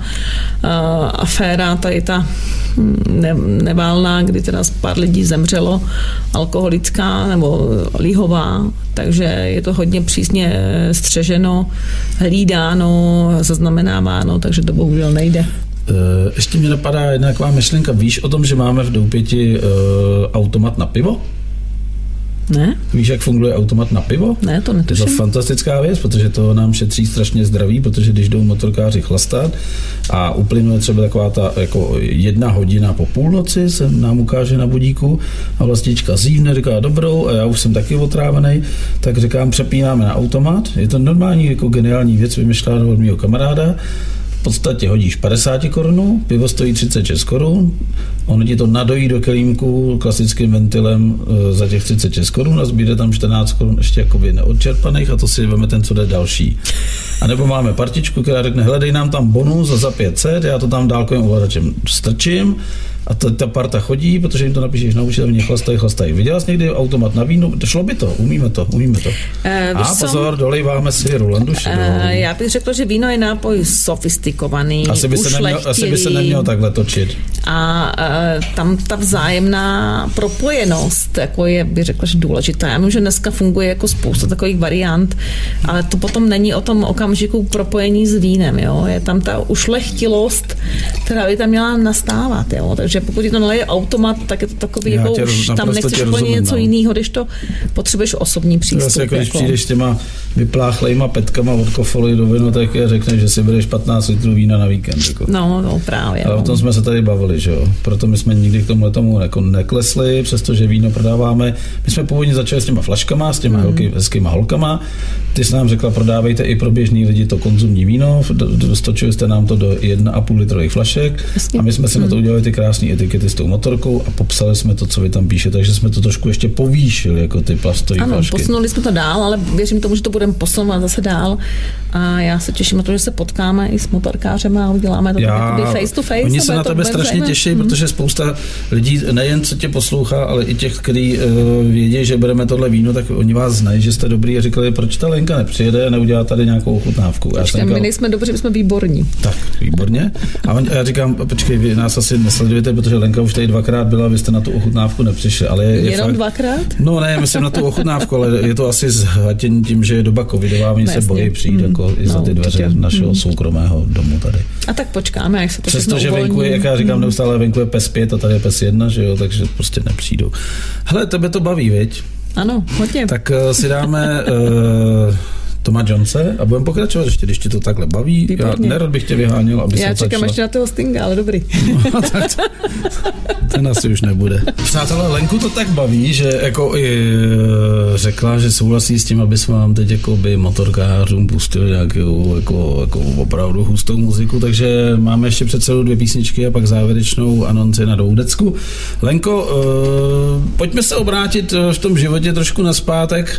aféra, tady ta neválná, kdy teda pár lidí zemřelo, alkoholická nebo lihová, takže je to hodně přísně střeženo, hlídáno, zaznamenáváno, takže to bohužel nejde. Ještě mě napadá jedna taková myšlenka. Víš o tom, že máme v Doupěti automat na pivo? Ne. Víš, jak funguje automat na pivo? Ne, to netuším. Je to fantastická věc, protože to nám šetří strašně zdraví, protože když jdou motorkáři chlastat a uplynuje třeba taková ta jako 1 hodina po půlnoci, se nám ukáže na budíku a vlastička zívne, říká dobrou a já už jsem taky otrávený, tak říkám, přepínáme na automat. Je to normální jako geniální věc, vymyšlená od mého kamaráda. V podstatě hodíš 50 korun, pivo stojí 36 korun, on ti to nadojí do kelímku klasickým ventilem za těch 36 korun a zbýde tam 14 korun ještě jakoby neodčerpaných a to si veme ten, co jde další. A nebo máme partičku, která řekne, hledej nám tam bonus za 500, já to tam dálkovým ovladačem strčím a ta parta chodí, protože jim to napíšeš na učitelně, chlastají. Viděla jsi někdy automat na víno? Šlo by to, umíme to. A pozor, dolejváme si Rolanduši. Já bych řekla, že víno je nápoj sofistikovaný, asi by se nemělo takhle točit. A tam ta vzájemná propojenost jako je, bych řekla, že důležitá. Já vím, že dneska funguje jako spousta takových variant, ale to potom není o tom okamžiku propojení s vínem. Jo? Je tam ta ušlechtilost, která by tam měla nastávat. Jo? Takže pokud ti to naleje automat, tak je to takový, jako už tam nechceš úplně něco jiného, když to potřebuješ osobní přístup. Jako když přijdeš s těma vypláchlejma petkama od Kofoly do vino, tak řekneš, že si bereš 15 litrů vína na víkend. Jako. No, právě. Ale o tom jsme se tady bavili, že jo. Proto my jsme nikdy k tomu jako neklesli, přestože víno prodáváme. My jsme původně začali s těma flaškama, s těma hezkýma holkama. Ty jsi nám řekla, prodávejte i pro běžný lidi to konzumní víno, stočili jste nám to do 1,5 litrových flašek a my jsme si na to udělali ty krásné etikety s tou motorkou a popsali jsme to, co vy tam píšete, takže jsme to trošku ještě povýšili, jako ty plastové flašky. Ano, posunuli jsme to dál, ale věřím tomu, že to budeme posunovat zase dál a já se těším na to, že se potkáme i s motorkářem a uděláme to face to face. Oni se na tebe strašně těší, protože spousta lidí, nejen co tě poslouchá, ale i těch, kteří vědí, že bereme tohle víno, tak oni vás znají, že jste dobrý a říkali, proč ta Lenka nepřijede a neudělá tady nějakou ochutnávku. My nejsme dobří, my jsme výborní. Tak, výborně. A já říkám, počkej, vy nás asi nesledujete, protože Lenka už tady 2krát byla, vy jste na tu ochutnávku nepřišli. Ale jenom fakt, 2krát? No ne, myslím na tu ochutnávku, ale je to asi zhatění tím, že je doba covidová, oni se bojí přijít jako i za ty dveře našeho soukromého domu tady. A tak počkáme, jak se to všechno uvolní. Přestože venku je, jak já říkám, neustále venku je PES 5 a tady je PES 1, že jo, takže prostě nepřijdou. Hele, tebe to baví, viď? Ano, hodně. Tak si dáme Toma Jonese a budeme pokračovat ještě, když ti to takhle baví. Výborně. Já nerad bych tě vyháněl, aby já čekám ještě na toho Stinga, ale dobrý. No, tak ten asi už nebude. Přátelé, Lenku to tak baví, že jako i řekla, že souhlasí s tím, aby jsme vám teď jako by motorkářům pustili nějakou jako opravdu hustou muziku, takže máme ještě před celou 2 písničky a pak závěrečnou anonci na Doudecku. Lenko, pojďme se obrátit v tom životě trošku nazpátek.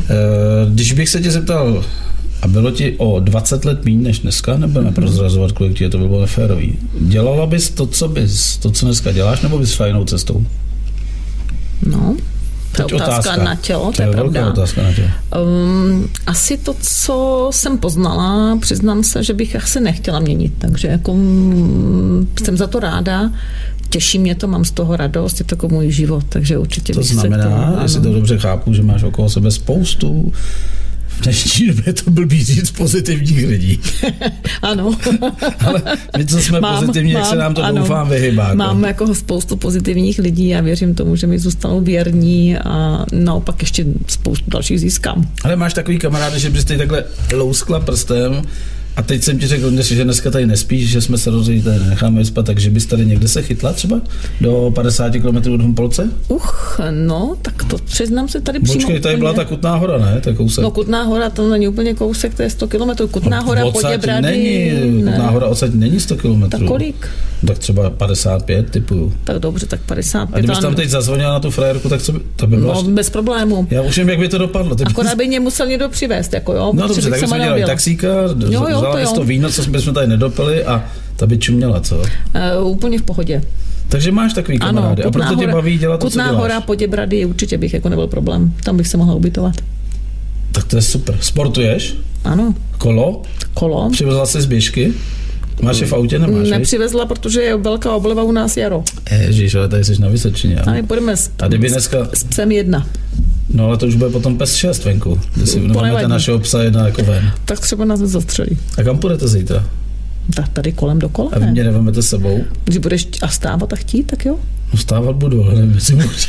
Když bych se tě zeptal, a bylo ti o 20 let méně než dneska, nebudeme prozrazovat, kolik ti je, to by bylo neférový. Dělala bys to, co dneska děláš, nebo bys šla jinou cestou? No, To je otázka na tělo, to je pravda. Otázka na tělo. Asi to, co jsem poznala, přiznám se, že bych asi nechtěla měnit, takže jako jsem za to ráda. Těší mě to, mám z toho radost, je to jako můj život, takže určitě to znamená, jestli to dobře chápu, že máš okolo sebe spoustu, v dnešní době to blbý říct, pozitivních lidí. Ano. Ale my, co jsme pozitivní, jak se nám to doufám vyhybá. Mám jako spoustu pozitivních lidí a věřím tomu, že mi zůstanou věrní a naopak ještě spoustu dalších získám. Ale máš takový kamarád, že bys ty takhle louskla prstem a teď jsem ti řekl, že dneska tady nespíš, že jsme se rozhodli, tady necháme vyspat, takže bys tady někde se chytla třeba do 50 km od Humpolce? No, tak to přiznám se tady přímo. Počkej, tady byla ta Kutná Hora, ne? Tak kousek. No, Kutná Hora, to není úplně kousek, to je 100 km. Kutná Hora, Poděbrady. Kutná Hora odsaď není 100 km. Tak kolik? Tak třeba 55 typu. Tak dobře, tak 55. A kdybys tam teď zazvonila na tu frajerku, tak co by, to by bylo? No, bez problému. Já už vím, jak by to dopadlo. Akorát by mě musel někdo přivést, jako jo. No dobře, tak bychom dělali taxíka, vzala bys to víno, co jsme tady nedopili a ta by čuměla, co? Úplně v pohodě. Takže máš takový kamarády a proto tě baví dělat to, co děláš. Kutná Hora, Poděbrady, určitě bych jako nebyl problém. Tam bych se mohla ubytovat. Tak to je super. Sportuješ? Ano. Kolo? Přivezla jsi z běžky? Máš je v autě, nemáš? Nepřivezla, protože je velká obliva u nás jaro. Ježíš, ale tady jsi na Vysočině. A my půjdeme s psem 1. No ale to už bude potom pes 6 venku. Když si vezmete našeho psa 1 jako ven. Tak třeba nás zastřelí. A kam půjdete zítra? Tak tady kolem dokola. A vy mě nevemete s sebou? Když budeš a stávat a chtít, tak jo? No stávat budu, ale nevím, jestli můžu.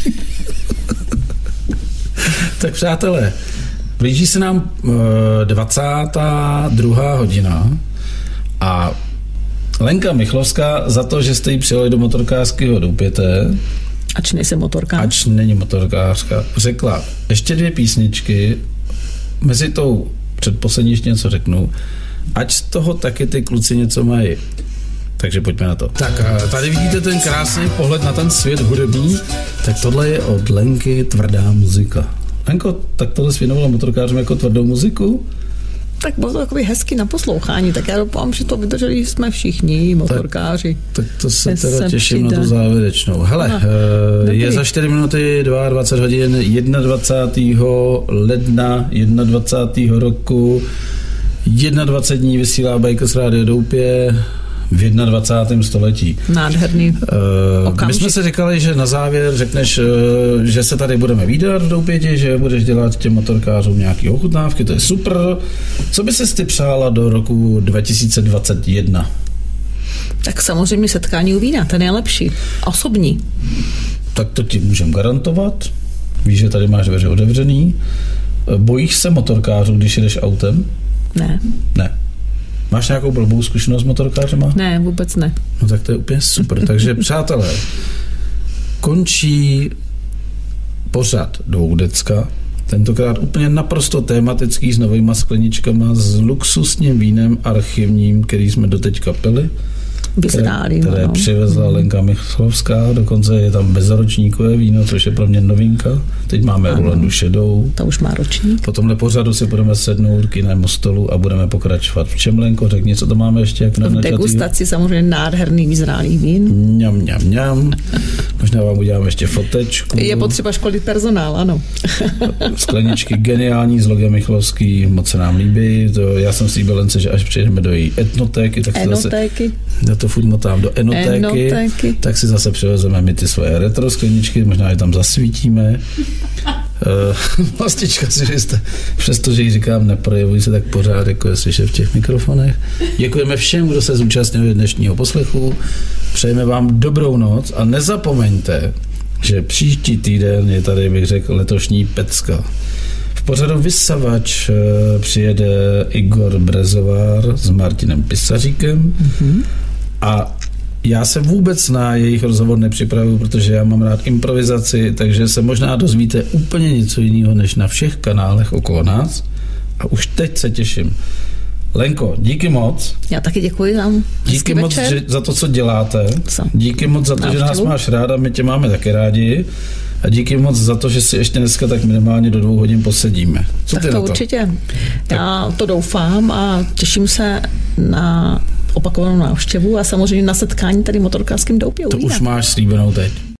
Tak přátelé, blíží se nám 22. hodina a Lenka Michlovská za to, že jste jí přijeli do motorkářského Doupěté, ač nejsem motorkář. Ač není motorkářka. Řekla, ještě 2 písničky, mezi tou předposlední ještě něco řeknu, ať z toho taky ty kluci něco mají. Takže pojďme na to. Tak tady vidíte ten krásný pohled na ten svět hudební, tak tohle je od Lenky Tvrdá muzika. Lenko, tak tohle svěnovala motorkářům jako tvrdou muziku? Tak bylo to takový hezky na poslouchání, tak já doufám, že to vydrželi jsme všichni motorkáři. Tak to se teda těším na tu závěrečnou. Hele, je za 4 minuty 22 hodin 21. ledna 21. roku 21 dní vysílá Bikers Radio Doupě v 21. století. Nádherný okamžik. My jsme si říkali, že na závěr řekneš, že se tady budeme vídat v Doupěti, že budeš dělat těm motorkářům nějaký ochutnávky, to je super. Co by ses ty přála do roku 2021? Tak samozřejmě setkání u vína, to je nejlepší. Osobní. Tak to ti můžem garantovat. Víš, že tady máš dveře otevřený. Bojíš se motorkářů, když jedeš autem? Ne. Máš nějakou blbou zkušenost s motorkářema? Ne, vůbec ne. No tak to je úplně super. Takže přátelé, končí pořad Doudecka, tentokrát úplně naprosto tematický s novýma skleničkama, s luxusním vínem archivním, který jsme doteďka pili. Které přivezla Lenka Michlovská, dokonce je tam bezročníkové víno, což je pro mě novinka. Teď máme Rolandu šedou. Ta už má ročník. Po tomhle pořadu si budeme sednout k jinému stolu a budeme pokračovat. V čem, Lenko, řekni, co to máme ještě? Jak v degustaci samozřejmě nádherný vyzrálých vín. Mňam. Možná vám uděláme ještě fotečku. Je potřeba školit personál, ano. Skleničky geniální s logem Michlovský, moc se nám líbí. Já jsem slíbil Lence, že až přijedeme do její etnotéky, tak já to furt motám do enotéky, tak si zase přivezeme my ty svoje retro skleničky, možná je tam zasvítíme. Vlastička si jste, přestože jí říkám, neprojevuj se tak pořád, jako je slyšet v těch mikrofonech. Děkujeme všem, kdo se zúčastnil dnešního poslechu. Přejeme vám dobrou noc a nezapomeňte, že příští týden je tady, bych řekl, letošní pecka. V pořadu Vysavač přijede Igor Brezovár s Martinem Pisaříkem a já se vůbec na jejich rozhovor nepřipravuju, protože já mám rád improvizaci, takže se možná dozvíte úplně něco jiného než na všech kanálech okolo nás a už teď se těším. Lenko, díky moc. Já taky děkuji vám. Díky moc za to, co děláte. Díky moc za to, že nás máš ráda, my tě máme taky rádi. A díky moc za to, že si ještě dneska tak minimálně do 2 hodin posedíme. Co tak ty to na to? Určitě. Já to doufám a těším se na opakovanou návštěvu a samozřejmě na setkání tady motorkářským Doupě. To už máš slíbenou teď.